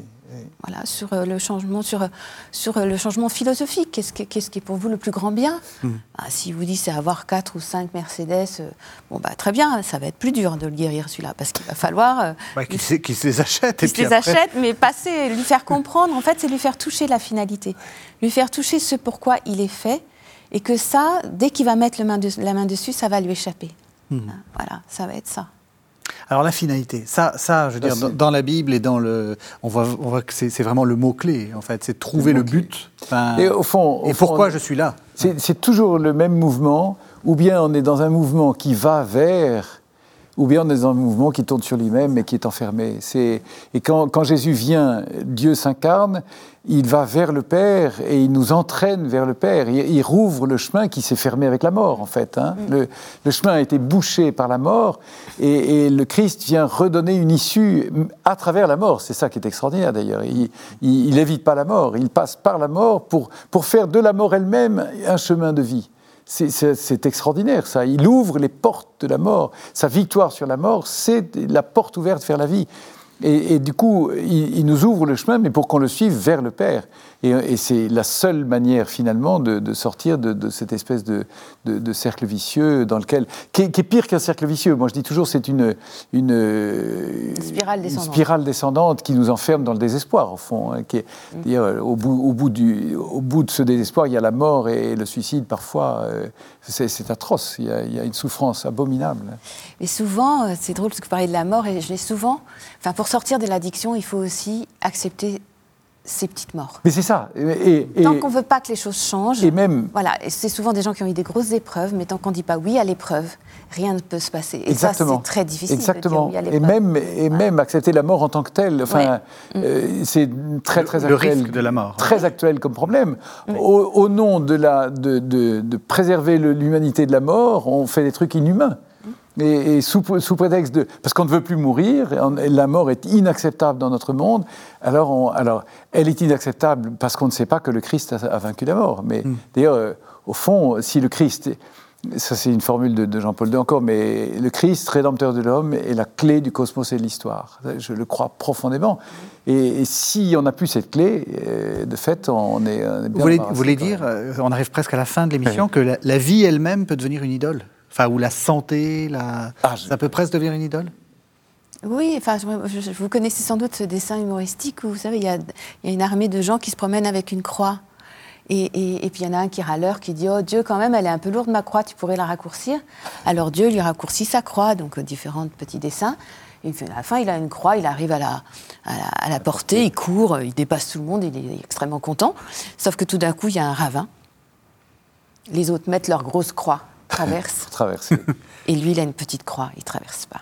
Voilà, sur le changement, sur le changement philosophique. Qu'est-ce qui est pour vous le plus grand bien? Si vous dites c'est avoir 4 ou 5 Mercedes, très bien, ça va être plus dur de le guérir celui-là, parce qu'il va falloir qu'il se les achète. Qu'il se les achète, mais lui faire comprendre, en fait, c'est lui faire toucher la finalité, lui faire toucher ce pourquoi il est fait, et que ça, dès qu'il va mettre la main dessus, ça va lui échapper. Voilà, ça va être ça. Alors la finalité, ça, je veux dire, dans la Bible et on voit que c'est vraiment le mot-clé, en fait, c'est trouver le but. Et au fond, pourquoi je suis là. C'est toujours le même mouvement, ou bien on est dans un mouvement qui va vers, ou bien on est dans un mouvement qui tourne sur lui-même et qui est enfermé. Et quand Jésus vient, Dieu s'incarne, il va vers le Père et il nous entraîne vers le Père. Il rouvre le chemin qui s'est fermé avec la mort, en fait. Le chemin a été bouché par la mort et le Christ vient redonner une issue à travers la mort. C'est ça qui est extraordinaire, d'ailleurs. Il n'évite pas la mort, il passe par la mort pour faire de la mort elle-même un chemin de vie. C'est extraordinaire, ça. Il ouvre les portes de la mort. Sa victoire sur la mort, c'est la porte ouverte vers la vie. Et du coup, il nous ouvre le chemin, mais pour qu'on le suive vers le Père. Et c'est la seule manière, finalement, de sortir de cette espèce de cercle vicieux dans lequel... qui est pire qu'un cercle vicieux. Moi, je dis toujours, c'est une spirale descendante qui nous enferme dans le désespoir, au fond. Au bout de ce désespoir, il y a la mort et le suicide, parfois. C'est atroce. Il y a une souffrance abominable. Et souvent, c'est drôle parce que vous parlez de la mort, et je l'ai souvent... pour sortir de l'addiction, il faut aussi accepter ces petites morts. Mais c'est ça. Tant qu'on ne veut pas que les choses changent, et même... Voilà, et c'est souvent des gens qui ont eu des grosses épreuves, mais tant qu'on ne dit pas oui à l'épreuve, rien ne peut se passer. Et Exactement. Ça, c'est très difficile de dire oui à l'épreuve. Même accepter la mort en tant que telle. C'est très, très actuel. Le risque de la mort. Très actuel comme problème. Au nom de préserver l'humanité de la mort, on fait des trucs inhumains. Et sous prétexte de... Parce qu'on ne veut plus mourir, la mort est inacceptable dans notre monde, alors elle est inacceptable parce qu'on ne sait pas que le Christ a vaincu la mort. Mais d'ailleurs, au fond, si le Christ... Ça, c'est une formule de Jean-Paul II encore, mais le Christ, rédempteur de l'homme, est la clé du cosmos et de l'histoire. Je le crois profondément. Et si on n'a plus cette clé, de fait, on est bien... Vous voulez dire, on arrive presque à la fin de l'émission, que la vie elle-même peut devenir une idole ? Ou la santé, ça peut presque devenir une idole ? Oui, vous connaissez sans doute ce dessin humoristique où, vous savez, il y a une armée de gens qui se promènent avec une croix. Et puis il y en a un qui râleur, qui dit « Oh Dieu, quand même, elle est un peu lourde ma croix, tu pourrais la raccourcir ?» Alors Dieu lui raccourcit sa croix, donc différents petits dessins. Et à la fin, il a une croix, il arrive à la porter, il court, il dépasse tout le monde, il est extrêmement content. Sauf que tout d'un coup, il y a un ravin. Les autres mettent leur grosse croix, traverser. Et lui, il a une petite croix, il ne traverse pas.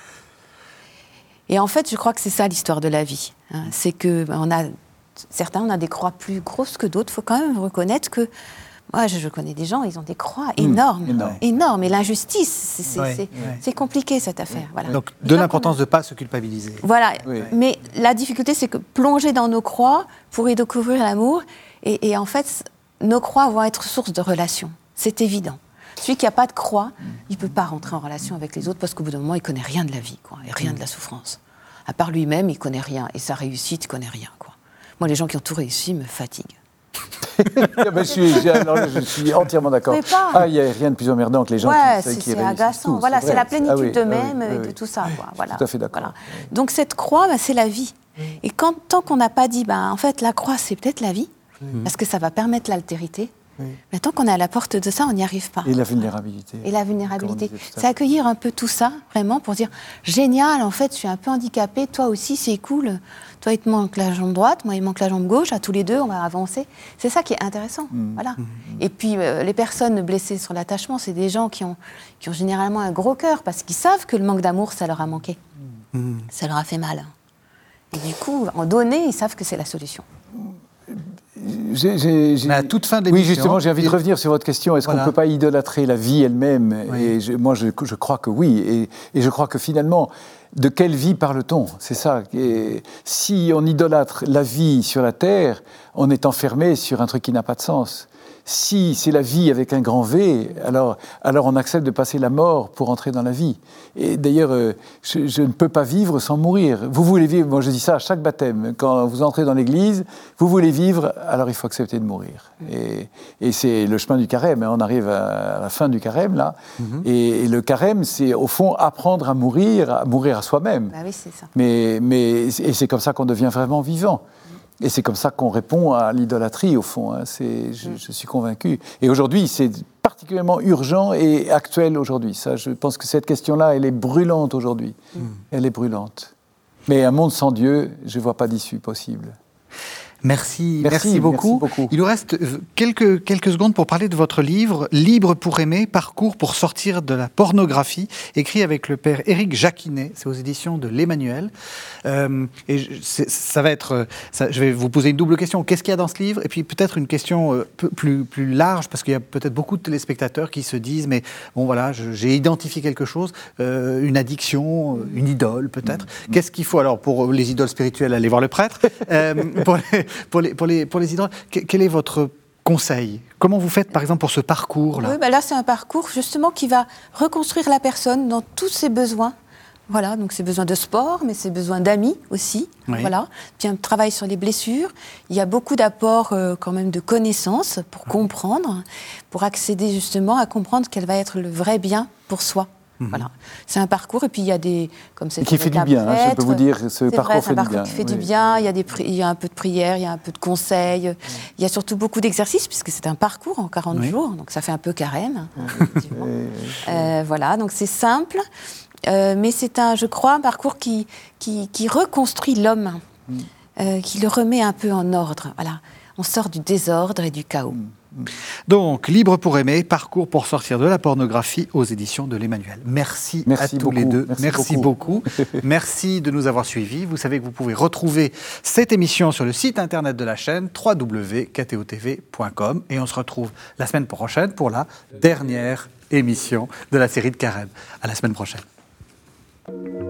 Et en fait, je crois que c'est ça l'histoire de la vie. C'est que certains, on a des croix plus grosses que d'autres. Il faut quand même reconnaître que... Moi, je connais des gens, ils ont des croix énormes. Et l'injustice, c'est compliqué, cette affaire. Voilà. Donc, de l'importance de ne pas se culpabiliser. Voilà. Oui. Mais la difficulté, c'est que plonger dans nos croix pour y découvrir l'amour. Et en fait, nos croix vont être source de relations. C'est évident. Celui qui n'a pas de croix, il ne peut pas rentrer en relation avec les autres parce qu'au bout d'un moment, il ne connaît rien de la vie, et rien de la souffrance. À part lui-même, il ne connaît rien. Et sa réussite, il ne connaît rien. Moi, les gens qui ont tout réussi me fatiguent. Je suis entièrement d'accord. Il n'y a rien de plus emmerdant que les gens qui réussissent. C'est agaçant. Voilà, c'est la plénitude d'eux-mêmes et de tout ça. Voilà. Tout à fait d'accord. Voilà. Donc cette croix, c'est la vie. Et tant qu'on n'a pas dit, en fait, la croix, c'est peut-être la vie, parce que ça va permettre l'altérité, mais tant qu'on est à la porte de ça, on n'y arrive pas. Et la vulnérabilité. C'est accueillir un peu tout ça, vraiment, pour dire, génial, en fait, je suis un peu handicapée, toi aussi, c'est cool. Toi, il te manque la jambe droite, moi, il manque la jambe gauche. À tous les deux, on va avancer. C'est ça qui est intéressant. Voilà. Et puis, les personnes blessées sur l'attachement, c'est des gens qui ont généralement un gros cœur parce qu'ils savent que le manque d'amour, ça leur a manqué. Ça leur a fait mal. Et du coup, en donner, ils savent que c'est la solution. À toute fin de l'émission... Oui, justement, j'ai envie de revenir sur votre question. Est-ce qu'on ne peut pas idolâtrer la vie elle-même ? Et moi, je crois que oui. Et je crois que finalement... De quelle vie parle-t-on ? C'est ça. Et si on idolâtre la vie sur la terre, on est enfermé sur un truc qui n'a pas de sens. Si c'est la vie avec un grand V, alors on accepte de passer la mort pour entrer dans la vie. Et d'ailleurs, je ne peux pas vivre sans mourir. Vous voulez vivre, moi je dis ça à chaque baptême, quand vous entrez dans l'église, vous voulez vivre, alors il faut accepter de mourir. Et c'est le chemin du carême, on arrive à la fin du carême là, et le carême c'est au fond apprendre à mourir à soi-même. Bah oui, c'est ça. Et c'est comme ça qu'on devient vraiment vivant. Et c'est comme ça qu'on répond à l'idolâtrie, au fond. Je suis convaincu. Et aujourd'hui, c'est particulièrement urgent et actuel aujourd'hui. Ça, je pense que cette question-là, elle est brûlante aujourd'hui. Elle est brûlante. Mais un monde sans Dieu, je ne vois pas d'issue possible. Merci beaucoup. Il nous reste quelques secondes pour parler de votre livre « Libre pour aimer, parcours pour sortir de la pornographie », écrit avec le père Éric Jacquinet, c'est aux éditions de l'Emmanuel. Je vais vous poser une double question. Qu'est-ce qu'il y a dans ce livre ? Et puis peut-être une question plus large, parce qu'il y a peut-être beaucoup de téléspectateurs qui se disent « mais bon voilà, j'ai identifié quelque chose, une addiction, une idole peut-être ». Qu'est-ce qu'il faut alors pour les idoles spirituelles, aller voir le prêtre pour les idoles, quel est votre conseil ? Comment vous faites, par exemple, pour ce parcours-là ? Oui, là, c'est un parcours, justement, qui va reconstruire la personne dans tous ses besoins. Voilà, donc ses besoins de sport, mais ses besoins d'amis aussi. Oui. Voilà. Puis un travail sur les blessures. Il y a beaucoup d'apports, quand même, de connaissances pour comprendre, pour accéder, justement, à comprendre quel va être le vrai bien pour soi. Voilà. C'est un parcours, et puis il y a des... Comme qui fait du bien, je peux vous dire, ce parcours fait du bien. C'est un parcours qui fait du bien, il y a un peu de prière, il y a un peu de conseils, il y a surtout beaucoup d'exercices, puisque c'est un parcours en 40 jours, donc ça fait un peu carême. Voilà, donc c'est simple, mais c'est je crois, un parcours qui reconstruit l'homme, qui le remet un peu en ordre. Voilà. On sort du désordre et du chaos. Donc, Libre pour aimer, parcours pour sortir de la pornographie aux éditions de l'Emmanuel. Merci à tous les deux. Merci beaucoup. Merci de nous avoir suivis. Vous savez que vous pouvez retrouver cette émission sur le site internet de la chaîne www.ktotv.com et on se retrouve la semaine prochaine pour la dernière émission de la série de Carême. À la semaine prochaine.